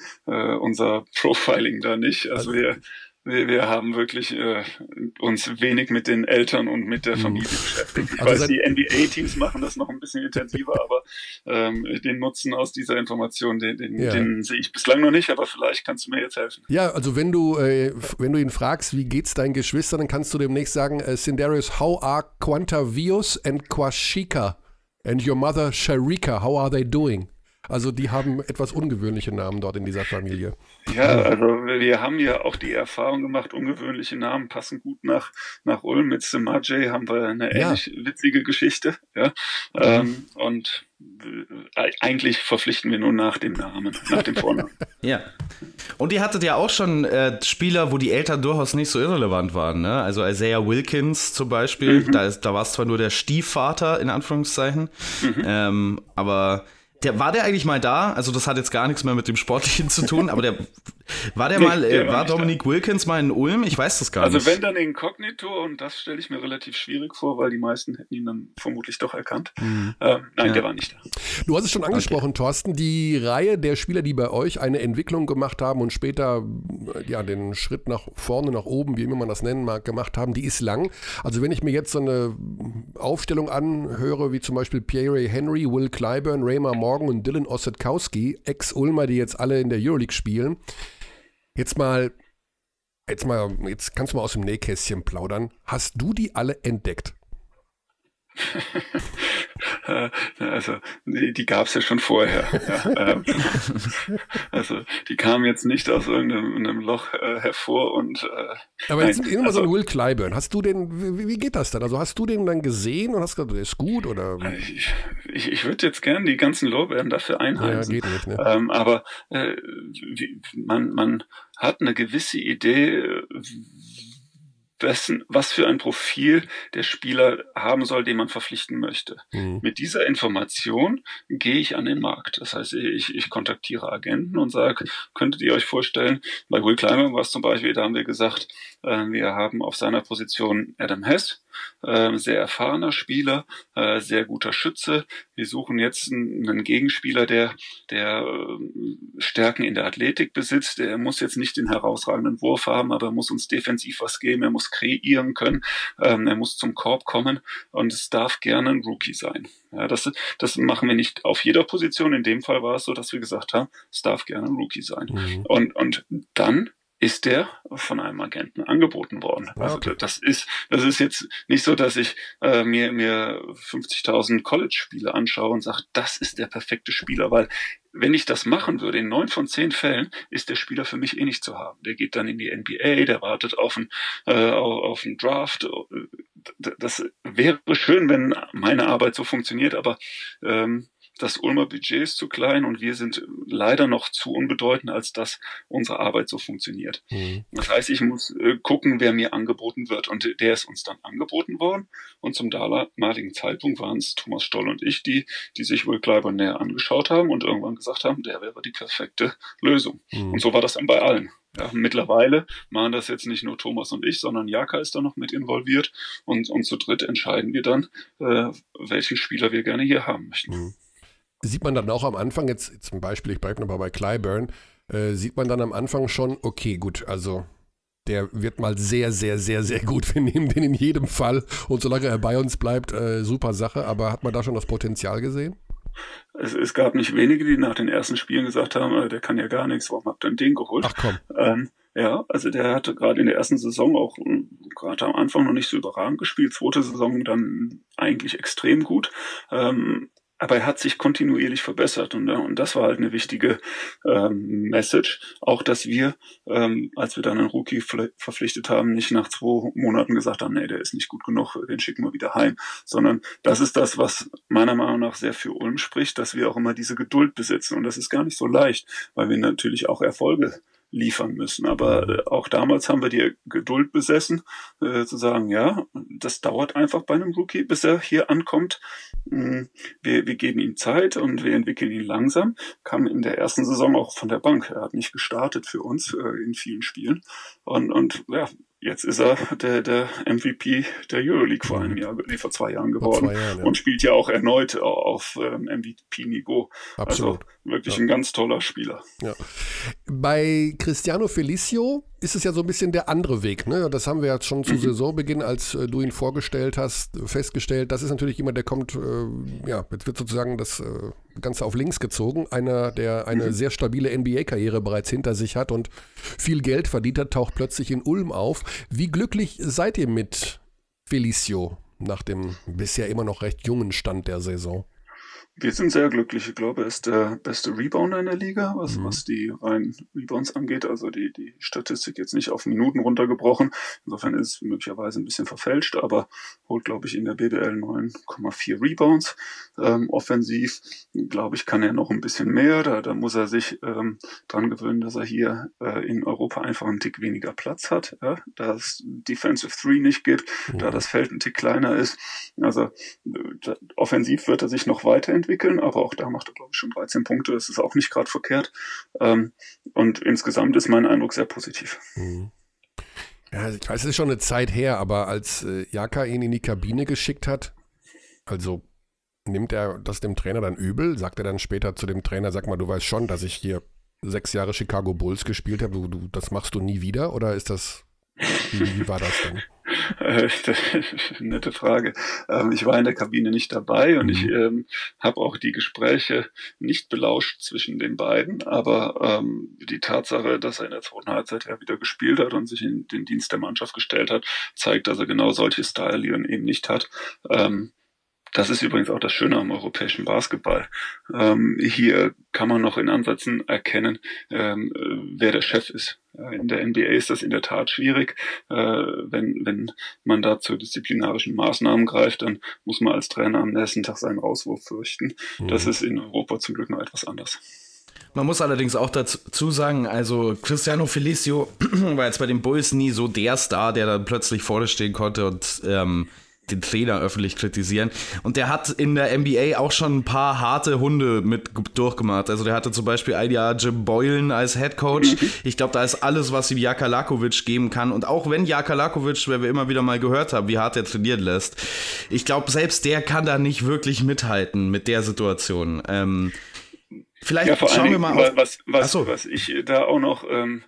Profiling da nicht. Also wir haben wirklich uns wenig mit den Eltern und mit der Familie beschäftigt. Ich weiß, die NBA-Teams machen das noch ein bisschen intensiver, aber den Nutzen aus dieser Information, den sehe ich bislang noch nicht, aber vielleicht kannst du mir jetzt helfen. Ja, also wenn du ihn fragst, wie geht's deinen Geschwistern, dann kannst du demnächst sagen, Sindarius, how are Quantavius and Kwashika and your mother Sharika, how are they doing? Also die haben etwas ungewöhnliche Namen dort in dieser Familie. Ja, also wir haben ja auch die Erfahrung gemacht, ungewöhnliche Namen passen gut nach Ulm. Mit Semajay haben wir eine ähnlich witzige Geschichte. Ja? Und eigentlich verpflichten wir nur nach dem Namen, nach dem Vornamen. Ja. Und ihr hattet ja auch schon Spieler, wo die Eltern durchaus nicht so irrelevant waren. Ne? Also Isaiah Wilkins zum Beispiel, da war es zwar nur der Stiefvater, in Anführungszeichen, aber war der eigentlich mal da? Also das hat jetzt gar nichts mehr mit dem Sportlichen zu tun, aber war Dominique Wilkins mal in Ulm? Ich weiß das gar nicht. Also wenn dann inkognito, und das stelle ich mir relativ schwierig vor, weil die meisten hätten ihn dann vermutlich doch erkannt. Nein, der war nicht da. Du hast es schon angesprochen, Thorsten, die Reihe der Spieler, die bei euch eine Entwicklung gemacht haben und später den Schritt nach vorne, nach oben, wie immer man das nennen mag, gemacht haben, die ist lang. Also wenn ich mir jetzt so eine Aufstellung anhöre, wie zum Beispiel Pierre Henry, Will Clyburn, Raymar Morgan und Dylan Ossetkowski, Ex-Ulmer, die jetzt alle in der Euroleague spielen. Jetzt kannst du mal aus dem Nähkästchen plaudern. Hast du die alle entdeckt? Also die gab es ja schon vorher. Ja. Also die kamen jetzt nicht aus irgendeinem Loch hervor und aber jetzt immer so ein Will Clyburn. Hast du den? Wie geht das dann? Also hast du den dann gesehen und hast gesagt, der ist gut oder? Ich würde jetzt gerne die ganzen Lorbeeren dafür einheimsen. Ja, geht nicht, ne? Aber man hat eine gewisse Idee, was für ein Profil der Spieler haben soll, den man verpflichten möchte. Mit dieser Information gehe ich an den Markt. Das heißt, ich kontaktiere Agenten und sage, könntet ihr euch vorstellen, bei Will Clyburn war es zum Beispiel, da haben wir gesagt, wir haben auf seiner Position Adam Hess, sehr erfahrener Spieler, sehr guter Schütze. Wir suchen jetzt einen Gegenspieler, der Stärken in der Athletik besitzt. Er muss jetzt nicht den herausragenden Wurf haben, aber er muss uns defensiv was geben. Er muss kreieren können. Er muss zum Korb kommen und es darf gerne ein Rookie sein. Ja, das machen wir nicht auf jeder Position. In dem Fall war es so, dass wir gesagt haben, es darf gerne ein Rookie sein. Und dann ist der von einem Agenten angeboten worden. Also das ist jetzt nicht so, dass ich mir 50.000 College-Spiele anschaue und sage, das ist der perfekte Spieler, weil wenn ich das machen würde, in 9 von 10 Fällen ist der Spieler für mich nicht zu haben. Der geht dann in die NBA, der wartet auf einen Draft. Das wäre schön, wenn meine Arbeit so funktioniert, aber das Ulmer Budget ist zu klein und wir sind leider noch zu unbedeutend, als dass unsere Arbeit so funktioniert. Das heißt, ich muss gucken, wer mir angeboten wird. Und der ist uns dann angeboten worden. Und zum damaligen Zeitpunkt waren es Thomas Stoll und ich, die sich wohl Clyburn näher angeschaut haben und irgendwann gesagt haben, der wäre die perfekte Lösung. Und so war das dann bei allen. Ja, mittlerweile machen das jetzt nicht nur Thomas und ich, sondern Jaka ist da noch mit involviert. Und zu dritt entscheiden wir dann, welchen Spieler wir gerne hier haben möchten. Sieht man dann auch am Anfang, jetzt zum Beispiel, ich bleibe nochmal bei Clyburn, sieht man dann am Anfang schon, okay, gut, also der wird mal sehr, sehr, sehr, sehr gut. Wir nehmen den in jedem Fall und solange er bei uns bleibt, super Sache. Aber hat man da schon das Potenzial gesehen? Es gab nicht wenige, die nach den ersten Spielen gesagt haben, der kann ja gar nichts, warum habt ihr denn den geholt? Ach komm. Ja, also der hatte gerade in der ersten Saison auch gerade am Anfang noch nicht so überragend gespielt, zweite Saison dann eigentlich extrem gut. Aber er hat sich kontinuierlich verbessert und das war halt eine wichtige Message. Auch, dass wir, als wir dann einen Rookie verpflichtet haben, nicht nach 2 Monaten gesagt haben, nee, der ist nicht gut genug, den schicken wir wieder heim. Sondern das ist das, was meiner Meinung nach sehr für Ulm spricht, dass wir auch immer diese Geduld besitzen. Und das ist gar nicht so leicht, weil wir natürlich auch Erfolge liefern müssen. Aber auch damals haben wir die Geduld besessen, zu sagen, ja, das dauert einfach bei einem Rookie, bis er hier ankommt. Wir geben ihm Zeit und wir entwickeln ihn langsam. Kam in der ersten Saison auch von der Bank. Er hat nicht gestartet für uns in vielen Spielen. Und ja, jetzt ist er der MVP der Euroleague vor 2 Jahren geworden und spielt ja auch erneut auf MVP-Niveau. Absolut. Also wirklich ein ganz toller Spieler. Ja. Bei Cristiano Felicio ist es ja so ein bisschen der andere Weg, ne? Das haben wir ja schon zu Saisonbeginn, als du ihn vorgestellt hast, festgestellt. Das ist natürlich jemand, der kommt, jetzt wird sozusagen das Ganze auf links gezogen. Einer, der eine sehr stabile NBA-Karriere bereits hinter sich hat und viel Geld verdient hat, taucht plötzlich in Ulm auf. Wie glücklich seid ihr mit Felicio nach dem bisher immer noch recht jungen Stand der Saison? Wir sind sehr glücklich. Ich glaube, er ist der beste Rebounder in der Liga, was die reinen Rebounds angeht. Also die Statistik jetzt nicht auf Minuten runtergebrochen. Insofern ist es möglicherweise ein bisschen verfälscht, aber holt, glaube ich, in der BBL 9,4 Rebounds. Offensiv, glaube ich, kann er noch ein bisschen mehr. Da muss er sich dran gewöhnen, dass er hier in Europa einfach einen Tick weniger Platz hat. Ja? Da es Defensive 3 nicht gibt, da das Feld ein Tick kleiner ist. Also offensiv wird er sich noch weiterentwickeln, aber auch da macht er, glaube ich, schon 13 Punkte. Das ist auch nicht gerade verkehrt. Und insgesamt ist mein Eindruck sehr positiv. Ja, ich weiß, es ist schon eine Zeit her, aber als Jaka ihn in die Kabine geschickt hat, also nimmt er das dem Trainer dann übel? Sagt er dann später zu dem Trainer, sag mal, du weißt schon, dass ich hier 6 Jahre Chicago Bulls gespielt habe, das machst du nie wieder? Oder ist das, wie war das dann? Nette Frage. Ich war in der Kabine nicht dabei und ich habe auch die Gespräche nicht belauscht zwischen den beiden, aber die Tatsache, dass er in der zweiten Halbzeit ja wieder gespielt hat und sich in den Dienst der Mannschaft gestellt hat, zeigt, dass er genau solche Style eben nicht hat. Das ist übrigens auch das Schöne am europäischen Basketball. Hier kann man noch in Ansätzen erkennen, wer der Chef ist. In der NBA ist das in der Tat schwierig. Wenn man da zu disziplinarischen Maßnahmen greift, dann muss man als Trainer am nächsten Tag seinen Rauswurf fürchten. Das ist in Europa zum Glück noch etwas anders. Man muss allerdings auch dazu sagen, also Cristiano Felicio war jetzt bei den Bulls nie so der Star, der dann plötzlich vorne stehen konnte und den Trainer öffentlich kritisieren. Und der hat in der NBA auch schon ein paar harte Hunde mit durchgemacht. Also der hatte zum Beispiel ein Jahr Jim Boylan als Headcoach. Ich glaube, da ist alles, was ihm Jaka Lakovic geben kann. Und auch wenn Jaka Lakovic, wer wir immer wieder mal gehört haben, wie hart er trainieren lässt, ich glaube, selbst der kann da nicht wirklich mithalten mit der Situation. Vielleicht schauen wir mal auf... Was ich da auch noch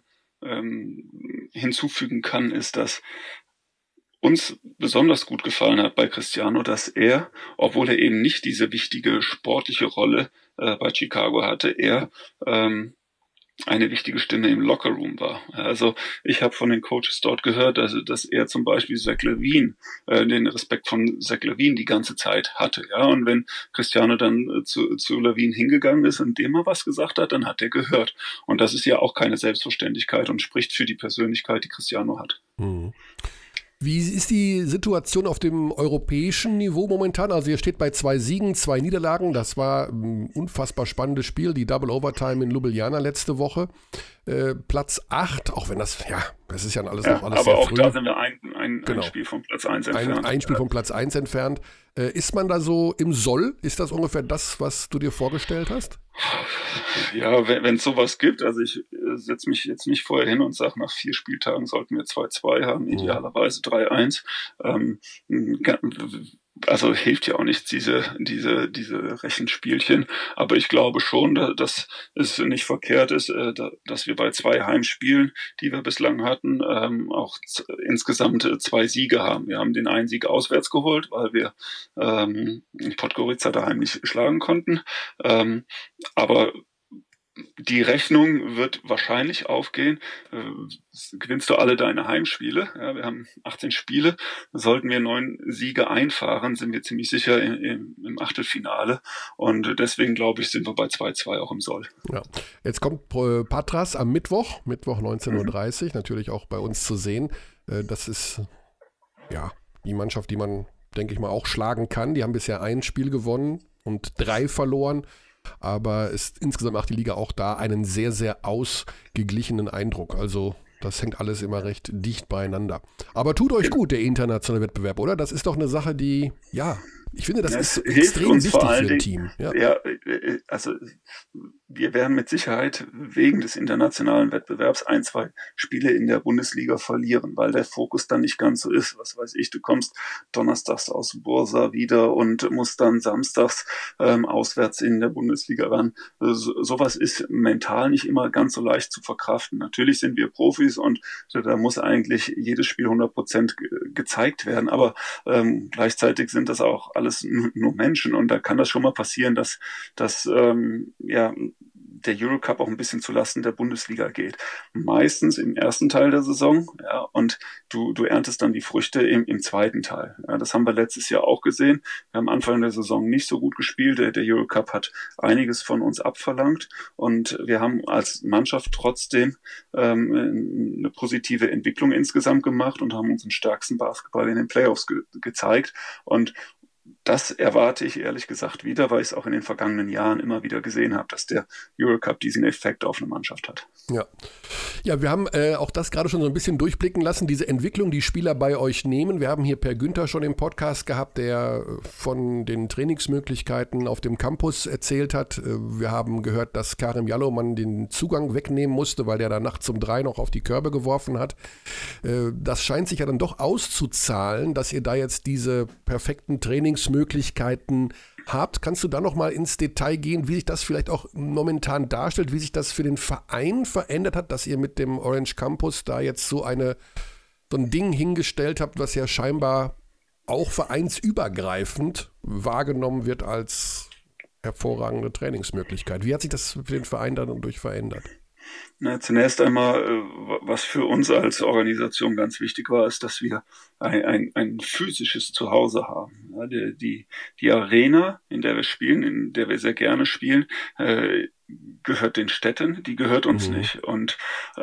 hinzufügen kann, ist, dass uns besonders gut gefallen hat bei Cristiano, dass er, obwohl er eben nicht diese wichtige sportliche Rolle bei Chicago hatte, er eine wichtige Stimme im Lockerroom war. Also ich habe von den Coaches dort gehört, dass er zum Beispiel Zach LaVine, den Respekt von Zach LaVine die ganze Zeit hatte. Ja, und wenn Cristiano dann zu LaVine hingegangen ist und dem mal was gesagt hat, dann hat er gehört. Und das ist ja auch keine Selbstverständlichkeit und spricht für die Persönlichkeit, die Cristiano hat. Wie ist die Situation auf dem europäischen Niveau momentan? Also ihr steht bei 2 Siegen, 2 Niederlagen. Das war ein unfassbar spannendes Spiel, die Double Overtime in Ljubljana letzte Woche. Platz 8, auch wenn das ist ja alles noch alles aber sehr auch früh. Da sind wir ein Spiel von Platz 1 entfernt. Ein Spiel von Platz 1 entfernt. Ist man da so im Soll? Ist das ungefähr das, was du dir vorgestellt hast? Ja, wenn es sowas gibt, also ich setze mich jetzt nicht vorher hin und sage, nach 4 Spieltagen sollten wir 2-2 haben, idealerweise 3-1. Also hilft ja auch nichts, diese Rechenspielchen. Aber ich glaube schon, dass es nicht verkehrt ist, dass wir bei 2 Heimspielen, die wir bislang hatten, auch insgesamt 2 Siege haben. Wir haben den einen Sieg auswärts geholt, weil wir Podgorica daheim nicht schlagen konnten. Aber die Rechnung wird wahrscheinlich aufgehen. Gewinnst du alle deine Heimspiele? Ja, wir haben 18 Spiele. Sollten wir 9 Siege einfahren, sind wir ziemlich sicher im Achtelfinale. Und deswegen, glaube ich, sind wir bei 2-2 auch im Soll. Ja. Jetzt kommt Patras am Mittwoch 19.30 Uhr, natürlich auch bei uns zu sehen. Das ist die Mannschaft, die man, denke ich mal, auch schlagen kann. Die haben bisher 1 Spiel gewonnen und 3 verloren. Aber insgesamt macht die Liga auch da einen sehr, sehr ausgeglichenen Eindruck. Also das hängt alles immer recht dicht beieinander. Aber tut euch gut, der internationale Wettbewerb, oder? Das ist doch eine Sache, die, ich finde, das ist extrem wichtig für ein Team. Ja, also wir werden mit Sicherheit wegen des internationalen Wettbewerbs 1, 2 Spiele in der Bundesliga verlieren, weil der Fokus dann nicht ganz so ist. Was weiß ich, du kommst donnerstags aus Bursa wieder und musst dann samstags auswärts in der Bundesliga ran. Sowas ist mental nicht immer ganz so leicht zu verkraften. Natürlich sind wir Profis und da muss eigentlich jedes Spiel 100% gezeigt werden, aber gleichzeitig sind das auch alles nur Menschen und da kann das schon mal passieren, dass der Eurocup auch ein bisschen zulasten der Bundesliga geht. Meistens im ersten Teil der Saison, und du erntest dann die Früchte im zweiten Teil. Ja, das haben wir letztes Jahr auch gesehen. Wir haben am Anfang der Saison nicht so gut gespielt. Der Eurocup hat einiges von uns abverlangt und wir haben als Mannschaft trotzdem eine positive Entwicklung insgesamt gemacht und haben unseren stärksten Basketball in den Playoffs gezeigt. Und das erwarte ich ehrlich gesagt wieder, weil ich es auch in den vergangenen Jahren immer wieder gesehen habe, dass der Eurocup diesen Effekt auf eine Mannschaft hat. Ja, wir haben auch das gerade schon so ein bisschen durchblicken lassen, diese Entwicklung, die Spieler bei euch nehmen. Wir haben hier Per Günther schon im Podcast gehabt, der von den Trainingsmöglichkeiten auf dem Campus erzählt hat. Wir haben gehört, dass Karim Jallow den Zugang wegnehmen musste, weil der da nachts um 3 noch auf die Körbe geworfen hat. Das scheint sich ja dann doch auszuzahlen, dass ihr da jetzt diese perfekten Trainingsmöglichkeiten habt. Kannst du da noch mal ins Detail gehen, wie sich das vielleicht auch momentan darstellt, wie sich das für den Verein verändert hat, dass ihr mit dem Orange Campus da jetzt so ein Ding hingestellt habt, was ja scheinbar auch vereinsübergreifend wahrgenommen wird als hervorragende Trainingsmöglichkeit. Wie hat sich das für den Verein dann dadurch verändert? Zunächst einmal, was für uns als Organisation ganz wichtig war, ist, dass wir ein physisches Zuhause haben. Ja, die Arena, in der wir spielen, in der wir sehr gerne spielen, gehört den Städten, die gehört uns nicht. Und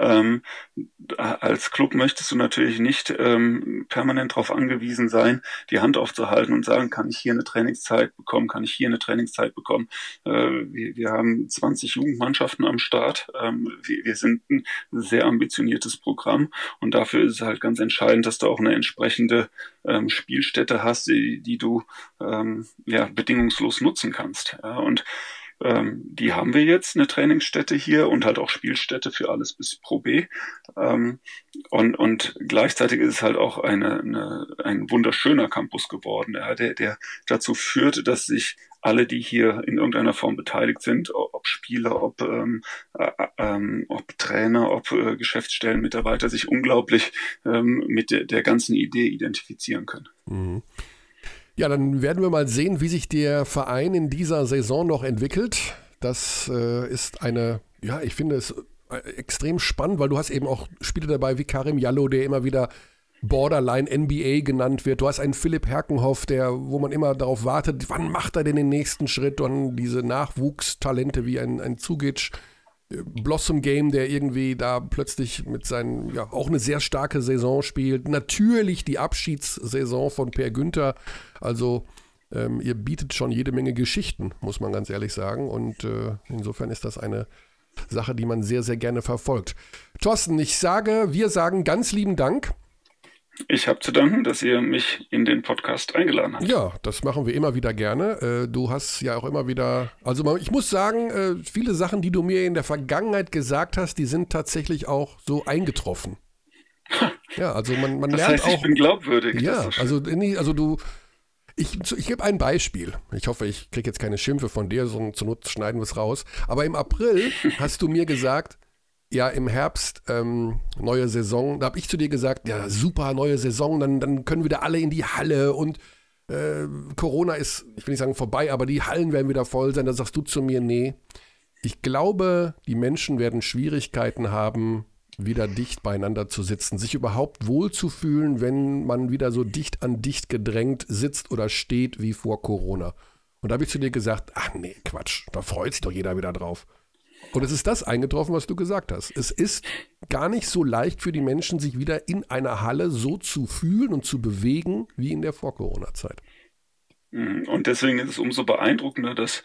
als Club möchtest du natürlich nicht permanent darauf angewiesen sein, die Hand aufzuhalten und sagen, kann ich hier eine Trainingszeit bekommen, kann ich hier eine Trainingszeit bekommen. Wir haben 20 Jugendmannschaften am Start. Wir sind ein sehr ambitioniertes Programm und dafür ist es halt ganz entscheidend, dass du auch eine entsprechende Spielstätte hast, die du bedingungslos nutzen kannst. Ja, und die haben wir jetzt, eine Trainingsstätte hier und halt auch Spielstätte für alles bis Pro B. Und gleichzeitig ist es halt auch ein wunderschöner Campus geworden, der dazu führt, dass sich alle, die hier in irgendeiner Form beteiligt sind, ob Spieler, ob Trainer, ob Geschäftsstellenmitarbeiter, sich unglaublich mit der ganzen Idee identifizieren können. Mhm. Ja, dann werden wir mal sehen, wie sich der Verein in dieser Saison noch entwickelt. Das ist ich finde es extrem spannend, weil du hast eben auch Spieler dabei wie Karim Jallow, der immer wieder Borderline NBA genannt wird. Du hast einen Philipp Herkenhoff, wo man immer darauf wartet, wann macht er denn den nächsten Schritt? Und diese Nachwuchstalente wie ein Zugic, Blossom Game, der irgendwie da plötzlich mit seinen, ja, auch eine sehr starke Saison spielt. Natürlich die Abschiedssaison von Per Günther. Also ihr bietet schon jede Menge Geschichten, muss man ganz ehrlich sagen. Und insofern ist das eine Sache, die man sehr, sehr gerne verfolgt. Thorsten, wir sagen ganz lieben Dank. Ich habe zu danken, dass ihr mich in den Podcast eingeladen habt. Ja, das machen wir immer wieder gerne. Du hast ja auch immer wieder, also ich muss sagen, viele Sachen, die du mir in der Vergangenheit gesagt hast, die sind tatsächlich auch so eingetroffen. Ja, also man das lernt heißt, auch. Ich bin glaubwürdig. Ja, ich gebe ein Beispiel. Ich hoffe, ich kriege jetzt keine Schimpfe von dir, zur Not schneiden wir es raus. Aber im April hast du mir gesagt, ja, im Herbst, neue Saison, da habe ich zu dir gesagt, ja, super, neue Saison, dann können wieder alle in die Halle und Corona ist, ich will nicht sagen vorbei, aber die Hallen werden wieder voll sein. Da sagst du zu mir, nee, ich glaube, die Menschen werden Schwierigkeiten haben, wieder dicht beieinander zu sitzen, sich überhaupt wohlzufühlen, wenn man wieder so dicht an dicht gedrängt sitzt oder steht wie vor Corona. Und da habe ich zu dir gesagt, ach nee, Quatsch, da freut sich doch jeder wieder drauf. Und es ist das eingetroffen, was du gesagt hast. Es ist gar nicht so leicht für die Menschen, sich wieder in einer Halle so zu fühlen und zu bewegen wie in der Vor-Corona-Zeit. Und deswegen ist es umso beeindruckender, dass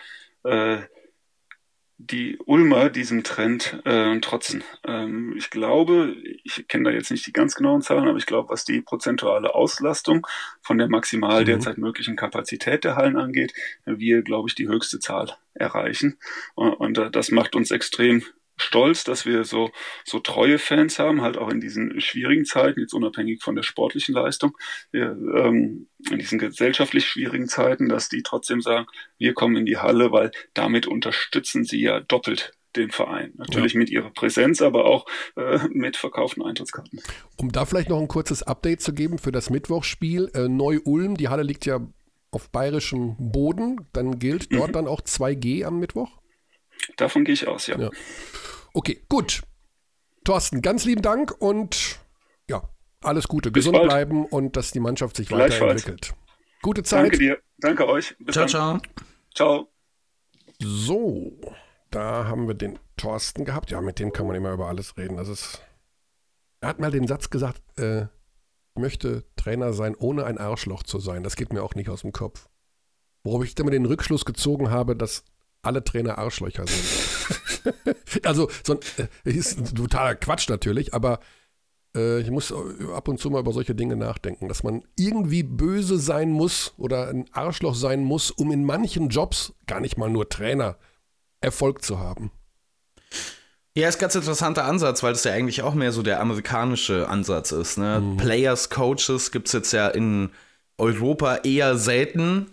die Ulmer diesem Trend trotzen. Ich glaube, ich kenne da jetzt nicht die ganz genauen Zahlen, aber ich glaube, was die prozentuale Auslastung von der maximal derzeit möglichen Kapazität der Hallen angeht, wir, glaube ich, die höchste Zahl erreichen. Und das macht uns extrem stolz, dass wir so treue Fans haben, halt auch in diesen schwierigen Zeiten, jetzt unabhängig von der sportlichen Leistung, in diesen gesellschaftlich schwierigen Zeiten, dass die trotzdem sagen, wir kommen in die Halle, weil damit unterstützen sie ja doppelt den Verein. Natürlich mit ihrer Präsenz, aber auch mit verkauften Eintrittskarten. Um da vielleicht noch ein kurzes Update zu geben für das Mittwochsspiel, Neu-Ulm, die Halle liegt ja auf bayerischem Boden, dann gilt dort dann auch 2G am Mittwoch? Davon gehe ich aus, ja. Okay, gut. Thorsten, ganz lieben Dank und ja, alles Gute. Gesund bleiben und dass die Mannschaft sich weiterentwickelt. Gute Zeit. Danke dir. Danke euch. Bis dann. Ciao. Ciao. So, da haben wir den Thorsten gehabt. Ja, mit dem kann man immer über alles reden. Er hat mal den Satz gesagt, ich möchte Trainer sein, ohne ein Arschloch zu sein. Das geht mir auch nicht aus dem Kopf. Worauf ich dann den Rückschluss gezogen habe, dass alle Trainer Arschlöcher sind. Also, ist ein totaler Quatsch natürlich, aber ich muss ab und zu mal über solche Dinge nachdenken, dass man irgendwie böse sein muss oder ein Arschloch sein muss, um in manchen Jobs, gar nicht mal nur Trainer, Erfolg zu haben. Ja, ist ein ganz interessanter Ansatz, weil das ja eigentlich auch mehr so der amerikanische Ansatz ist. Ne? Players, Coaches gibt es jetzt ja in Europa eher selten.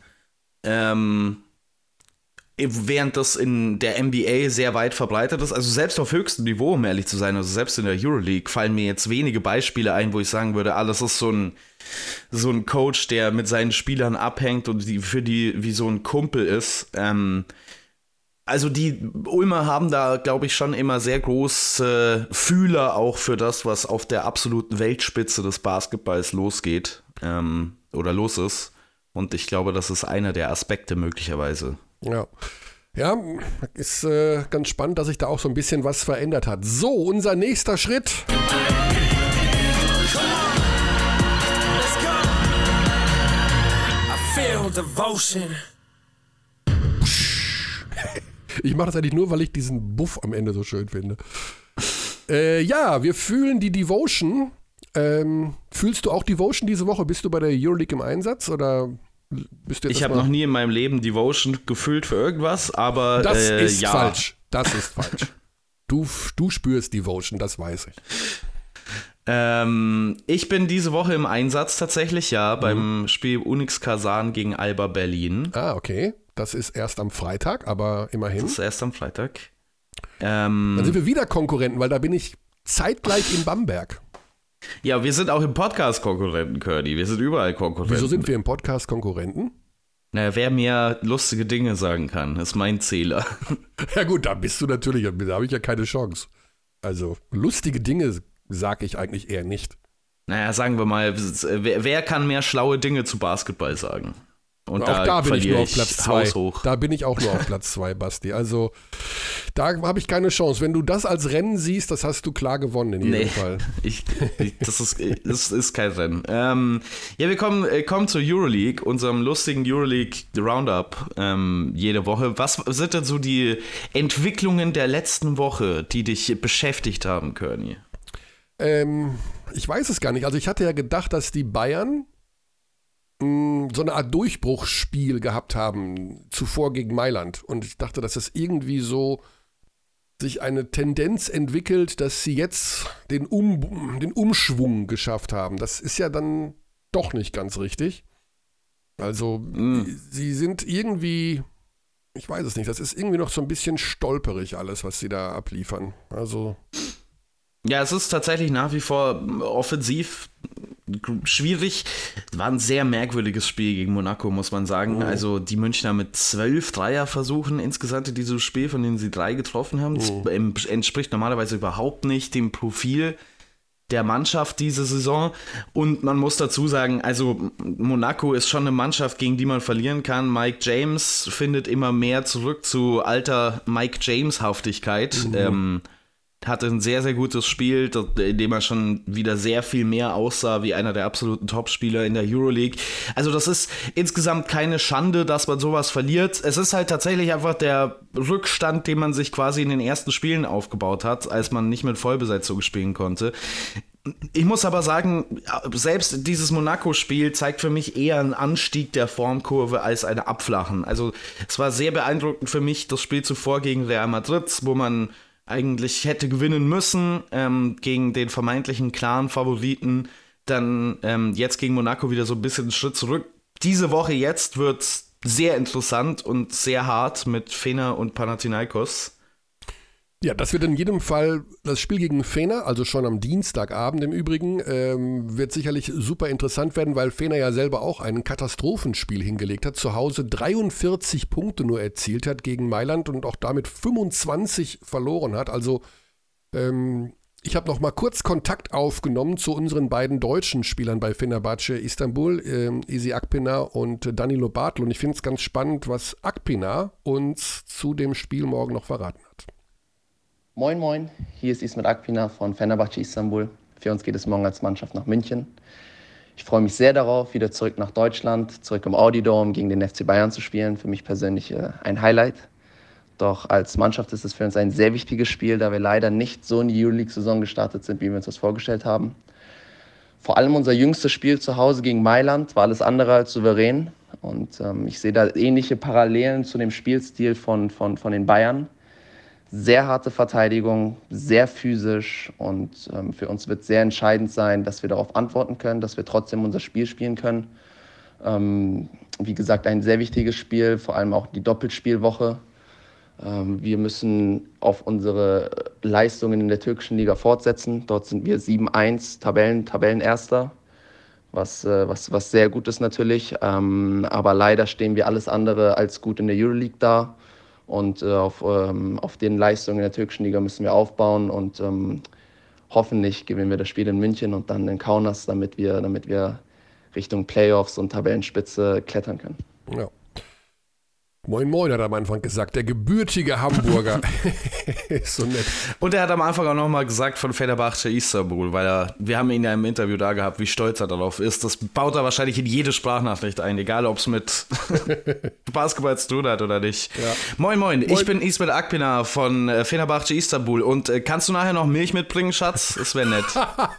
Während das in der NBA sehr weit verbreitet ist, also selbst auf höchstem Niveau, um ehrlich zu sein, also selbst in der Euroleague fallen mir jetzt wenige Beispiele ein, wo ich sagen würde, das ist so ein Coach, der mit seinen Spielern abhängt und für die wie so ein Kumpel ist. Also die Ulmer haben da, glaube ich, schon immer sehr große Fühler auch für das, was auf der absoluten Weltspitze des Basketballs losgeht oder los ist. Und ich glaube, das ist einer der Aspekte möglicherweise. Ja, ist ganz spannend, dass sich da auch so ein bisschen was verändert hat. So, unser nächster Schritt. Ich mache das eigentlich nur, weil ich diesen Buff am Ende so schön finde. Ja, wir fühlen die Devotion. Fühlst du auch Devotion diese Woche? Bist du bei der Euroleague im Einsatz oder bist du jetzt? Ich habe noch nie in meinem Leben Devotion gefühlt für irgendwas, aber das ist falsch. Das ist falsch. Du spürst Devotion, das weiß ich. Ich bin diese Woche im Einsatz tatsächlich, beim Spiel Unix Kasan gegen Alba Berlin. Ah, okay. Das ist erst am Freitag, aber immerhin. Das ist erst am Freitag. Dann sind wir wieder Konkurrenten, weil da bin ich zeitgleich in Bamberg. Ja, wir sind auch im Podcast Konkurrenten, Curdy. Wir sind überall Konkurrenten. Wieso sind wir im Podcast Konkurrenten? Naja, wer mir lustige Dinge sagen kann, ist mein Zähler. Ja gut, da bist du natürlich, da habe ich ja keine Chance. Also lustige Dinge sage ich eigentlich eher nicht. Naja, sagen wir mal, wer kann mehr schlaue Dinge zu Basketball sagen? Und auch da bin ich nur auf Platz 2. Haushoch. Da bin ich auch nur auf Platz 2, Basti. Also da habe ich keine Chance. Wenn du das als Rennen siehst, das hast du klar gewonnen in jedem Fall. Das ist kein Rennen. Wir kommen zur Euroleague, unserem lustigen Euroleague Roundup jede Woche. Was sind denn so die Entwicklungen der letzten Woche, die dich beschäftigt haben, Körny? Ich weiß es gar nicht. Also ich hatte ja gedacht, dass die Bayern so eine Art Durchbruchsspiel gehabt haben, zuvor gegen Mailand. Und ich dachte, dass es irgendwie so sich eine Tendenz entwickelt, dass sie jetzt den Umschwung geschafft haben. Das ist ja dann doch nicht ganz richtig. Also sie sind irgendwie, ich weiß es nicht, das ist irgendwie noch so ein bisschen stolperig alles, was sie da abliefern. Also ja, es ist tatsächlich nach wie vor offensiv schwierig. War ein sehr merkwürdiges Spiel gegen Monaco, muss man sagen. Also die Münchner mit 12 Dreierversuchen insgesamt in diesem Spiel, von denen sie 3 getroffen haben. Das entspricht normalerweise überhaupt nicht dem Profil der Mannschaft diese Saison. Und man muss dazu sagen, also Monaco ist schon eine Mannschaft, gegen die man verlieren kann. Mike James findet immer mehr zurück zu alter Mike James-Haftigkeit. Hatte ein sehr, sehr gutes Spiel, in dem er schon wieder sehr viel mehr aussah wie einer der absoluten Topspieler in der Euroleague. Also das ist insgesamt keine Schande, dass man sowas verliert. Es ist halt tatsächlich einfach der Rückstand, den man sich quasi in den ersten Spielen aufgebaut hat, als man nicht mit Vollbesetzung spielen konnte. Ich muss aber sagen, selbst dieses Monaco-Spiel zeigt für mich eher einen Anstieg der Formkurve als eine Abflachen. Also es war sehr beeindruckend für mich, das Spiel zuvor gegen Real Madrid, wo man eigentlich hätte gewinnen müssen gegen den vermeintlichen klaren Favoriten, dann jetzt gegen Monaco wieder so ein bisschen einen Schritt zurück. Diese Woche jetzt wird sehr interessant und sehr hart mit Fener und Panathinaikos. Ja, das wird in jedem Fall das Spiel gegen Fener, also schon am Dienstagabend im Übrigen, wird sicherlich super interessant werden, weil Fener ja selber auch ein Katastrophenspiel hingelegt hat, zu Hause 43 Punkte nur erzielt hat gegen Mailand und auch damit 25 verloren hat. Also ich habe noch mal kurz Kontakt aufgenommen zu unseren beiden deutschen Spielern bei Fenerbahce Istanbul, Isi Akpınar und Danilo Bartel. Und ich finde es ganz spannend, was Akpınar uns zu dem Spiel morgen noch verraten hat. Moin Moin, hier ist Ismet Akpınar von Fenerbahce Istanbul. Für uns geht es morgen als Mannschaft nach München. Ich freue mich sehr darauf, wieder zurück nach Deutschland, zurück im Audi Dome gegen den FC Bayern zu spielen. Für mich persönlich ein Highlight. Doch als Mannschaft ist es für uns ein sehr wichtiges Spiel, da wir leider nicht so in die Euroleague-Saison gestartet sind, wie wir uns das vorgestellt haben. Vor allem unser jüngstes Spiel zu Hause gegen Mailand war alles andere als souverän. Und ich sehe da ähnliche Parallelen zu dem Spielstil von den Bayern. Sehr harte Verteidigung, sehr physisch und für uns wird sehr entscheidend sein, dass wir darauf antworten können, dass wir trotzdem unser Spiel spielen können. Wie gesagt, ein sehr wichtiges Spiel, vor allem auch die Doppelspielwoche. Wir müssen auf unsere Leistungen in der türkischen Liga fortsetzen. Dort sind wir 7-1 Tabellenerster, was sehr gut ist natürlich. Aber leider stehen wir alles andere als gut in der Euroleague da. Und auf den Leistungen in der türkischen Liga müssen wir aufbauen und hoffentlich gewinnen wir das Spiel in München und dann in Kaunas, damit wir Richtung Playoffs und Tabellenspitze klettern können. Ja. Moin Moin, hat er am Anfang gesagt, der gebürtige Hamburger. Ist so nett. Und er hat am Anfang auch nochmal gesagt von Fenerbahce Istanbul, weil wir haben ihn ja im Interview da gehabt, wie stolz er darauf ist. Das baut er wahrscheinlich in jede Sprachnachricht ein, egal ob es mit Basketball zu tun hat oder nicht. Ja. Moin Moin, ich bin Ismet Akpınar von Fenerbahce Istanbul und kannst du nachher noch Milch mitbringen, Schatz? Das wäre nett.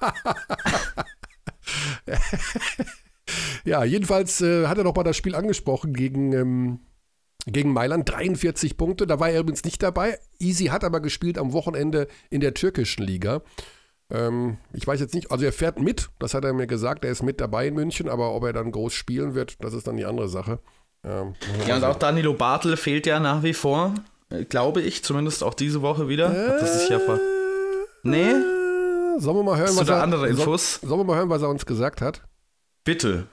Ja, jedenfalls hat er noch mal das Spiel angesprochen gegen Mailand, 43 Punkte, da war er übrigens nicht dabei. Isi hat aber gespielt am Wochenende in der türkischen Liga. Ich weiß jetzt nicht, also er fährt mit, das hat er mir gesagt, er ist mit dabei in München, aber ob er dann groß spielen wird, das ist dann die andere Sache. Ja, und auch Danilo Bartel fehlt ja nach wie vor, glaube ich, zumindest auch diese Woche wieder. Hat das sich ja Nee? Sollen wir mal hören, was andere Infos? Sollen wir mal hören, was er uns gesagt hat? Bitte.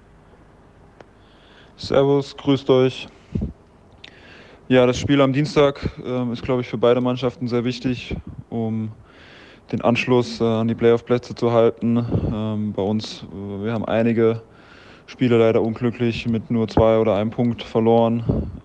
Servus, grüßt euch. Ja, das Spiel am Dienstag ist, glaube ich, für beide Mannschaften sehr wichtig, um den Anschluss an die Playoff-Plätze zu halten. Bei uns, wir haben einige Spiele leider unglücklich mit nur 2 oder 1 Punkt verloren.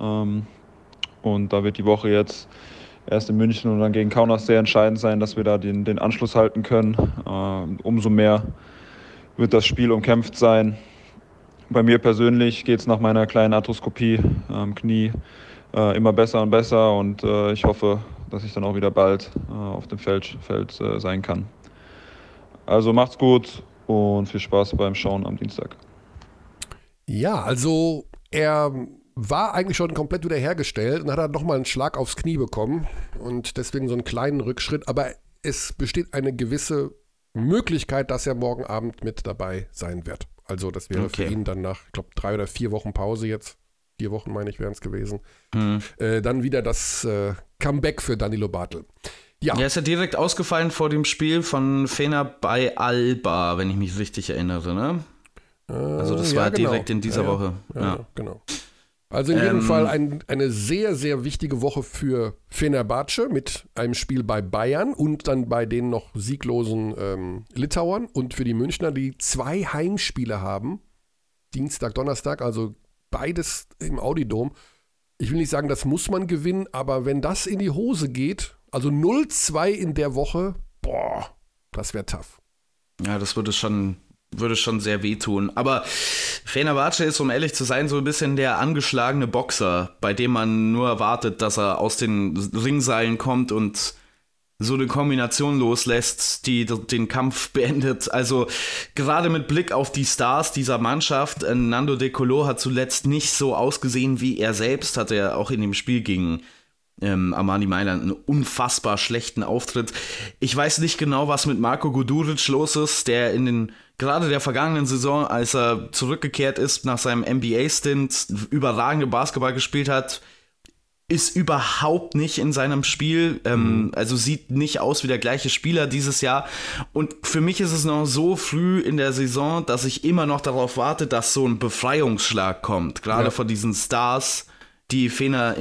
Und da wird die Woche jetzt erst in München und dann gegen Kaunas sehr entscheidend sein, dass wir da den Anschluss halten können. Umso mehr wird das Spiel umkämpft sein. Bei mir persönlich geht es nach meiner kleinen Arthroskopie am Knie immer besser und besser und ich hoffe, dass ich dann auch wieder bald auf dem Feld sein kann. Also macht's gut und viel Spaß beim Schauen am Dienstag. Ja, also er war eigentlich schon komplett wieder hergestellt und hat dann nochmal einen Schlag aufs Knie bekommen und deswegen so einen kleinen Rückschritt. Aber es besteht eine gewisse Möglichkeit, dass er morgen Abend mit dabei sein wird. Also das wäre für ihn dann nach, ich glaube, 3 oder 4 Wochen Pause jetzt, 4 Wochen meine ich wären es gewesen, dann wieder das Comeback für Danilo Bartel. Ja, ist ja direkt ausgefallen vor dem Spiel von Fener Alba, wenn ich mich richtig erinnere, ne? Also das war genau. Direkt in dieser Woche. Ja, genau. Also in jedem Fall eine sehr, sehr wichtige Woche für Fenerbahce mit einem Spiel bei Bayern und dann bei den noch sieglosen Litauern und für die Münchner, die 2 Heimspiele haben, Dienstag, Donnerstag, also beides im Audi-Dom. Ich will nicht sagen, das muss man gewinnen, aber wenn das in die Hose geht, also 0-2 in der Woche, das wäre tough. Ja, das würde schon sehr wehtun. Aber Fenerbahce ist, um ehrlich zu sein, so ein bisschen der angeschlagene Boxer, bei dem man nur erwartet, dass er aus den Ringseilen kommt und so eine Kombination loslässt, die den Kampf beendet. Also gerade mit Blick auf die Stars dieser Mannschaft, Nando De Colo hat zuletzt nicht so ausgesehen wie er selbst, hatte er auch in dem Spiel gegen Armani Mailand einen unfassbar schlechten Auftritt. Ich weiß nicht genau, was mit Marko Guduric los ist, der gerade der vergangenen Saison, als er zurückgekehrt ist nach seinem NBA-Stint, überragende Basketball gespielt hat, ist überhaupt nicht in seinem Spiel, also sieht nicht aus wie der gleiche Spieler dieses Jahr. Und für mich ist es noch so früh in der Saison, dass ich immer noch darauf warte, dass so ein Befreiungsschlag kommt, gerade von diesen Stars, die Fener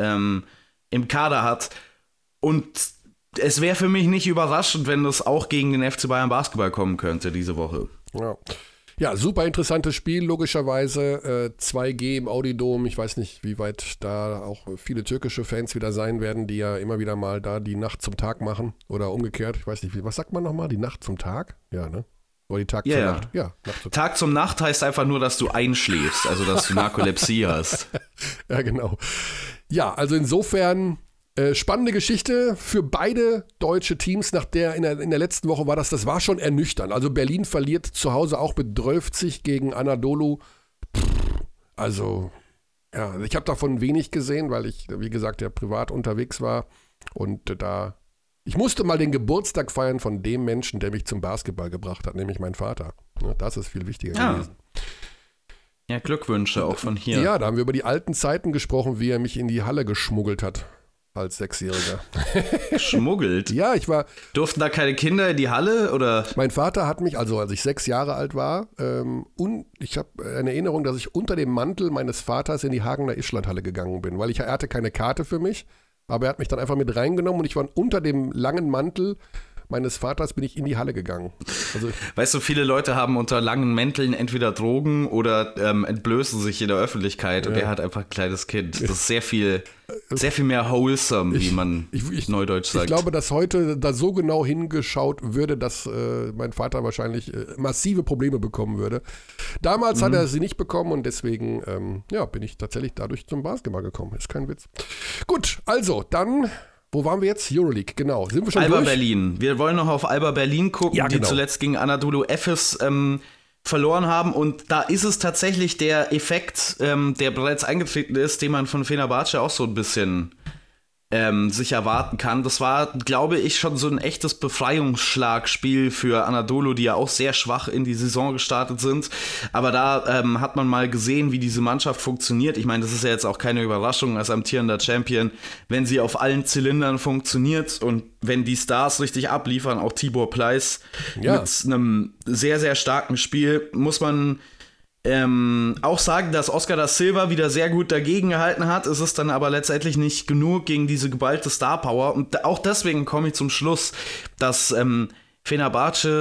im Kader hat. Und es wäre für mich nicht überraschend, wenn das auch gegen den FC Bayern Basketball kommen könnte diese Woche. Ja, super interessantes Spiel, logischerweise. 2G im Audi-Dom. Ich weiß nicht, wie weit da auch viele türkische Fans wieder sein werden, die ja immer wieder mal da die Nacht zum Tag machen. Oder umgekehrt. Ich weiß nicht, was sagt man nochmal? Die Nacht zum Tag? Ja, ne? Oder die Tag zur Nacht? Ja, Nacht zum Tag zum Nacht heißt einfach nur, dass du einschläfst. Also, dass du Narkolepsie hast. Ja, genau. Ja, also insofern spannende Geschichte für beide deutsche Teams. In der letzten Woche war das war schon ernüchternd. Also Berlin verliert zu Hause auch mit 12 gegen Anadolu. Also, ja, ich habe davon wenig gesehen, weil ich, wie gesagt, ja privat unterwegs war. Und ich musste mal den Geburtstag feiern von dem Menschen, der mich zum Basketball gebracht hat, nämlich mein Vater. Ja, das ist viel wichtiger gewesen. Ja, Glückwünsche auch von hier. Ja, da haben wir über die alten Zeiten gesprochen, wie er mich in die Halle geschmuggelt hat. Als 6-Jähriger. Geschmuggelt? Ja, Durften da keine Kinder in die Halle, oder? Mein Vater hat mich, also als ich 6 Jahre alt war, und ich habe eine Erinnerung, dass ich unter dem Mantel meines Vaters in die Hagener Ischlandhalle gegangen bin, weil er hatte keine Karte für mich, aber er hat mich dann einfach mit reingenommen und ich war unter dem langen Mantel meines Vaters bin ich in die Halle gegangen. Also, weißt du, viele Leute haben unter langen Mänteln entweder Drogen oder entblößen sich in der Öffentlichkeit und er hat einfach ein kleines Kind. Das ist sehr viel mehr wholesome, wie man neudeutsch sagt. Ich glaube, dass heute da so genau hingeschaut würde, dass mein Vater wahrscheinlich massive Probleme bekommen würde. Damals hat er sie nicht bekommen und deswegen bin ich tatsächlich dadurch zum Basketball gekommen. Ist kein Witz. Gut, also dann... Wo waren wir jetzt? Euroleague, genau. Sind wir schon Alba durch? Berlin. Wir wollen noch auf Alba Berlin gucken, die zuletzt gegen Anadolu Efes verloren haben. Und da ist es tatsächlich der Effekt, der bereits eingetreten ist, den man von Fenerbahce auch so ein bisschen sich erwarten kann. Das war, glaube ich, schon so ein echtes Befreiungsschlagspiel für Anadolu, die ja auch sehr schwach in die Saison gestartet sind. Aber da hat man mal gesehen, wie diese Mannschaft funktioniert. Ich meine, das ist ja jetzt auch keine Überraschung als amtierender Champion, wenn sie auf allen Zylindern funktioniert und wenn die Stars richtig abliefern, auch Tibor Pleiss mit einem sehr, sehr starken Spiel, muss man auch sagen, dass Oscar da Silva wieder sehr gut dagegen gehalten hat. Es ist dann aber letztendlich nicht genug gegen diese geballte Star Power. Und auch deswegen komme ich zum Schluss, dass Fenerbahce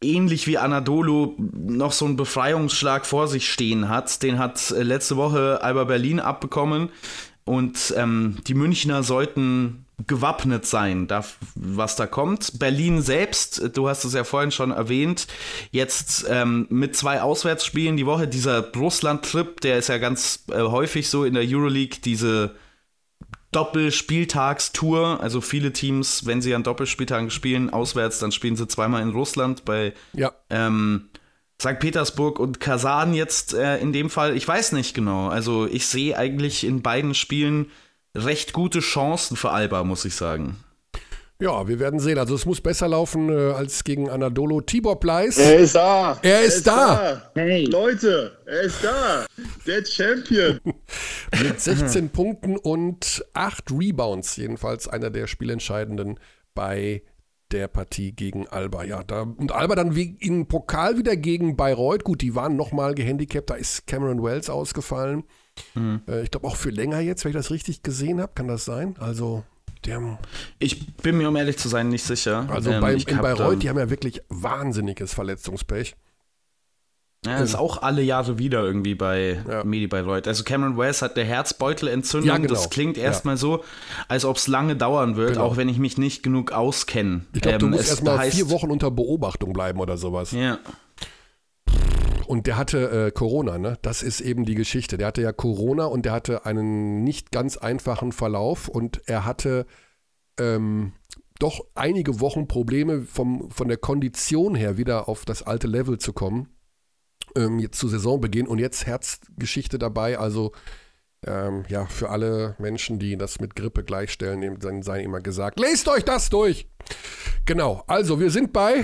ähnlich wie Anadolu noch so einen Befreiungsschlag vor sich stehen hat. Den hat letzte Woche Alba Berlin abbekommen und die Münchner sollten gewappnet sein, was da kommt. Berlin selbst, du hast es ja vorhin schon erwähnt, jetzt mit 2 Auswärtsspielen die Woche. Dieser Russland-Trip, der ist ja ganz häufig so in der Euroleague, diese Doppelspieltagstour, also viele Teams, wenn sie an Doppelspieltagen spielen, auswärts, dann spielen sie zweimal in Russland bei St. Petersburg und Kasan jetzt in dem Fall. Ich weiß nicht genau, also ich sehe eigentlich in beiden Spielen recht gute Chancen für Alba, muss ich sagen. Ja, wir werden sehen. Also es muss besser laufen als gegen Anadolu. Tibor Pleiss. Er ist da. Er ist da. Hey. Leute, er ist da. Der Champion. Mit 16 Punkten und 8 Rebounds. Jedenfalls einer der spielentscheidenden bei der Partie gegen Alba. Ja, und Alba dann im Pokal wieder gegen Bayreuth. Gut, die waren nochmal gehandicapt. Da ist Cameron Wells ausgefallen. Ich glaube auch für länger jetzt, wenn ich das richtig gesehen habe. Kann das sein? Also... Ich bin mir, um ehrlich zu sein, nicht sicher. Also in Bayreuth, die haben ja wirklich wahnsinniges Verletzungspech. Ja, das ist auch alle Jahre wieder irgendwie bei Medi Bayreuth. Also Cameron Wells hat eine Herzbeutelentzündung. Ja, genau. Das klingt erstmal so, als ob es lange dauern wird, auch wenn ich mich nicht genug auskenne. Ich glaube, du musst erstmal 4 Wochen unter Beobachtung bleiben oder sowas. Ja. Und der hatte Corona, ne? Das ist eben die Geschichte. Der hatte ja Corona und der hatte einen nicht ganz einfachen Verlauf und er hatte doch einige Wochen Probleme von der Kondition her wieder auf das alte Level zu kommen. Jetzt zu Saisonbeginn und jetzt Herzgeschichte dabei. Also für alle Menschen, die das mit Grippe gleichstellen, dann sei immer gesagt, lest euch das durch. Genau, also wir sind bei...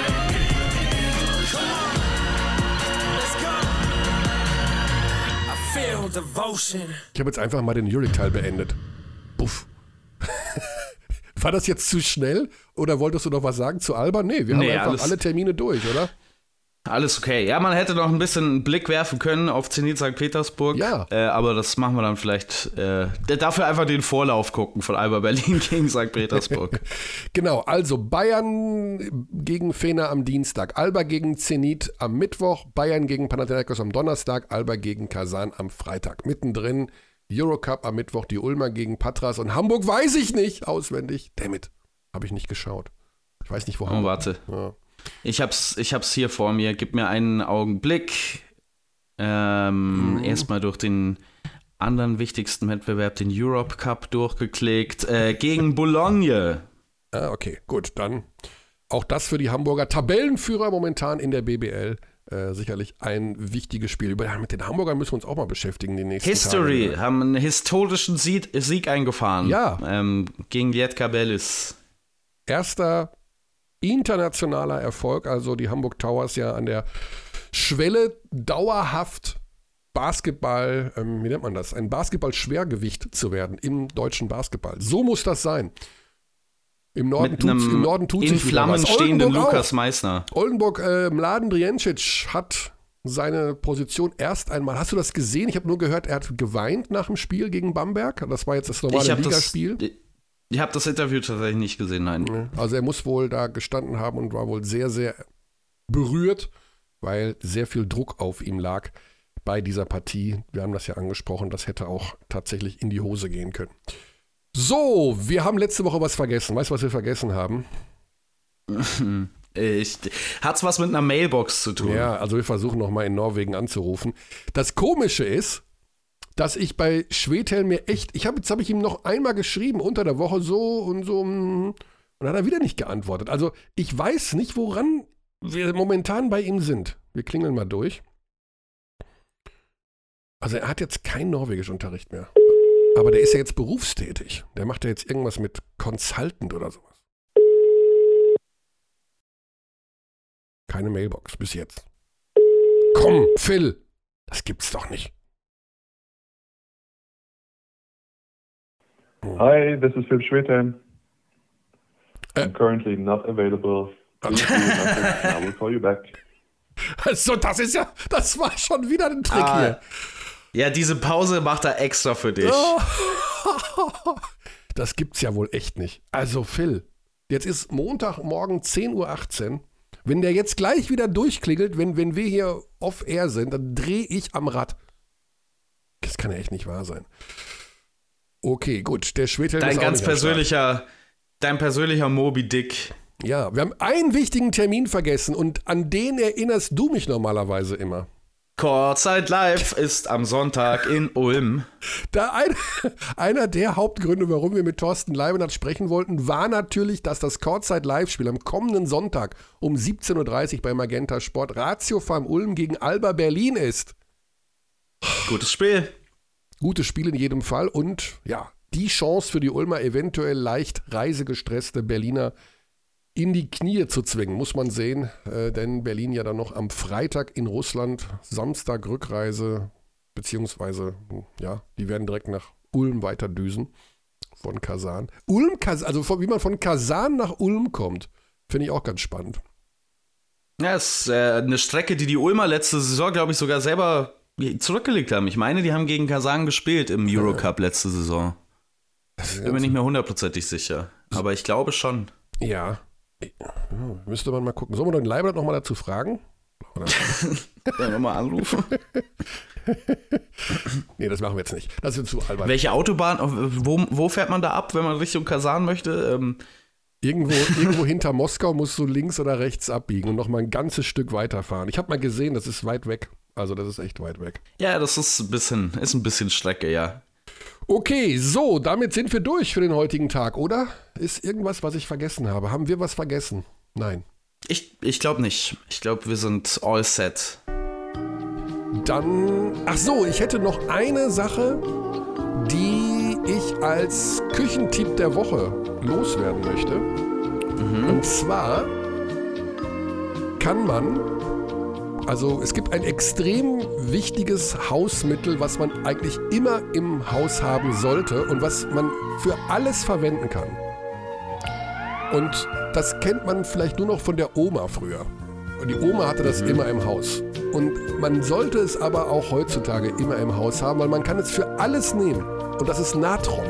Ich habe jetzt einfach mal den Euroleague-Teil beendet. Puff. War das jetzt zu schnell? Oder wolltest du noch was sagen zu Alba? Nee, wir haben einfach alle Termine durch, oder? Alles okay. Ja, man hätte noch ein bisschen einen Blick werfen können auf Zenit St. Petersburg. Ja. Aber das machen wir dann vielleicht. Dafür einfach den Vorlauf gucken von Alba Berlin gegen St. Petersburg. Genau, also Bayern gegen Fener am Dienstag, Alba gegen Zenit am Mittwoch, Bayern gegen Panathinaikos am Donnerstag, Alba gegen Kasan am Freitag. Mittendrin Eurocup am Mittwoch, die Ulmer gegen Patras und Hamburg weiß ich nicht auswendig. Dammit, habe ich nicht geschaut. Ich weiß nicht, wo Hamburg. Oh, warte. Ja. Ich hab's hier vor mir. Gib mir einen Augenblick. Erstmal durch den anderen wichtigsten Wettbewerb, den Europe Cup, durchgeklickt. Gegen Bologna. Okay, gut. Dann auch das für die Hamburger Tabellenführer momentan in der BBL. Sicherlich ein wichtiges Spiel. Mit den Hamburgern müssen wir uns auch mal beschäftigen die nächsten History. Tage. Haben einen historischen Sieg eingefahren. Ja. Gegen Lietka Belis. Erster internationaler Erfolg, also die Hamburg Towers ja an der Schwelle dauerhaft Basketball, wie nennt man das, ein Basketball-Schwergewicht zu werden im deutschen Basketball. So muss das sein. Im Norden tut sich in Flammen stehenden Lukas Meissner. Oldenburg, Mladen Drijancic hat seine Position erst einmal, hast du das gesehen? Ich habe nur gehört, er hat geweint nach dem Spiel gegen Bamberg. Das war jetzt das normale Ligaspiel. Ich habe das Interview tatsächlich nicht gesehen, nein. Also er muss wohl da gestanden haben und war wohl sehr, sehr berührt, weil sehr viel Druck auf ihm lag bei dieser Partie. Wir haben das ja angesprochen, das hätte auch tatsächlich in die Hose gehen können. So, wir haben letzte Woche was vergessen. Weißt du, was wir vergessen haben? Hat's was mit einer Mailbox zu tun? Ja, also wir versuchen nochmal in Norwegen anzurufen. Das Komische ist, dass ich bei Schwedhelm mir echt, jetzt habe ich ihm noch einmal geschrieben unter der Woche so und so und dann hat er wieder nicht geantwortet. Also ich weiß nicht, woran wir momentan bei ihm sind. Wir klingeln mal durch. Also er hat jetzt keinen Norwegischunterricht mehr. Aber der ist ja jetzt berufstätig. Der macht ja jetzt irgendwas mit Consultant oder sowas. Keine Mailbox bis jetzt. Komm, Phil. Das gibt's doch nicht. Hi, this is Phil Schwedhelm. I'm currently not available. Please leave a message and I will call you back. Also, das war schon wieder ein Trick hier. Ja, diese Pause macht er extra für dich. Das gibt's ja wohl echt nicht. Also, Phil, jetzt ist Montagmorgen 10:18 Uhr. Wenn der jetzt gleich wieder durchklingelt, wenn wir hier off-air sind, dann drehe ich am Rad. Das kann ja echt nicht wahr sein. Okay, gut. Der Schwedhelm ist auch dein persönlicher Moby Dick. Ja, wir haben einen wichtigen Termin vergessen und an den erinnerst du mich normalerweise immer. Courtside Live ist am Sonntag in Ulm. Einer der Hauptgründe, warum wir mit Thorsten Leibenhardt sprechen wollten, war natürlich, dass das Courtside Live-Spiel am kommenden Sonntag um 17.30 Uhr bei Magenta Sport Ratio Farm Ulm gegen Alba Berlin ist. Gutes Spiel. Gutes Spiel in jedem Fall und ja, die Chance für die Ulmer eventuell leicht reisegestresste Berliner in die Knie zu zwingen, muss man sehen, denn Berlin ja dann noch am Freitag in Russland, Samstag Rückreise, beziehungsweise, ja, die werden direkt nach Ulm weiter düsen von Kasan. Also wie man von Kasan nach Ulm kommt, finde ich auch ganz spannend. Ja, es ist eine Strecke, die Ulmer letzte Saison, glaube ich, sogar selber zurückgelegt haben. Ich meine, die haben gegen Kasan gespielt im Eurocup letzte Saison. Bin mir nicht mehr hundertprozentig sicher, aber ich glaube schon. Ja. Müsste man mal gucken. Sollen wir den Leibert noch mal dazu fragen? Sollen wir nochmal anrufen? Nee, das machen wir jetzt nicht. Das ist zu albern. Welche Autobahn, wo fährt man da ab, wenn man Richtung Kasan möchte? Irgendwo hinter Moskau musst du links oder rechts abbiegen und noch mal ein ganzes Stück weiterfahren. Ich habe mal gesehen, das ist weit weg. Also das ist echt weit weg. Ja, das ist ein bisschen Strecke, ja. Okay, so, damit sind wir durch für den heutigen Tag, oder? Ist irgendwas, was ich vergessen habe? Haben wir was vergessen? Nein. Ich glaube nicht. Ich glaube, wir sind all set. Dann, ach so, ich hätte noch eine Sache, die ich als Küchentipp der Woche loswerden möchte. Und zwar kann man, also es gibt ein extrem wichtiges Hausmittel, was man eigentlich immer im Haus haben sollte und was man für alles verwenden kann. Und das kennt man vielleicht nur noch von der Oma früher. Und die Oma hatte das immer im Haus. Und man sollte es aber auch heutzutage immer im Haus haben, weil man kann es für alles nehmen. Und das ist Natron.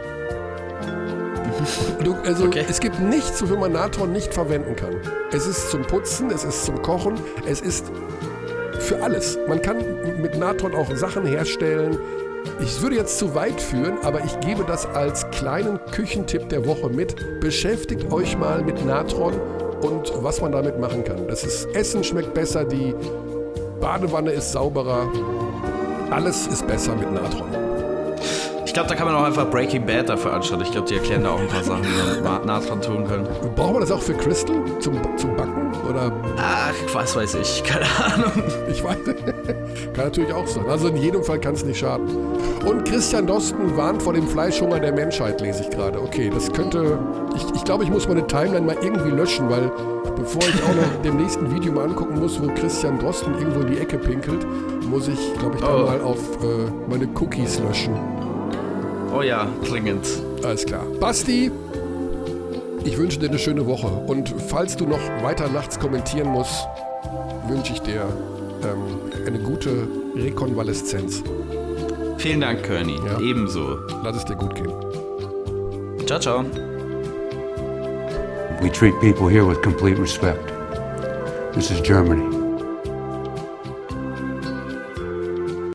Es gibt nichts, wofür man Natron nicht verwenden kann. Es ist zum Putzen, es ist zum Kochen, es ist für alles. Man kann mit Natron auch Sachen herstellen. Ich würde jetzt zu weit führen, aber ich gebe das als kleinen Küchentipp der Woche mit. Beschäftigt euch mal mit Natron und was man damit machen kann. Essen schmeckt besser, die Badewanne ist sauberer. Alles ist besser mit Natron. Ich glaube, da kann man auch einfach Breaking Bad dafür anschauen. Ich glaube, die erklären da auch ein paar Sachen, die man mit Natron tun können. Brauchen wir das auch für Crystal zum Backen? Oder? Ach, was weiß ich. Keine Ahnung. Ich weiß. Kann natürlich auch sein. Also in jedem Fall kann es nicht schaden. Und Christian Drosten warnt vor dem Fleischhunger der Menschheit, lese ich gerade. Okay, das könnte... Ich glaube, ich muss meine Timeline mal irgendwie löschen, weil bevor ich auch noch dem nächsten Video mal angucken muss, wo Christian Drosten irgendwo in die Ecke pinkelt, muss ich, glaube ich, da mal auf meine Cookies löschen. Oh ja, dringend. Alles klar. Basti, ich wünsche dir eine schöne Woche. Und falls du noch weiter nachts kommentieren musst, wünsche ich dir eine gute Rekonvaleszenz. Vielen Dank, Körny. Ja. Ebenso. Lass es dir gut gehen. Ciao, ciao. We treat people here with complete respect. This is Germany.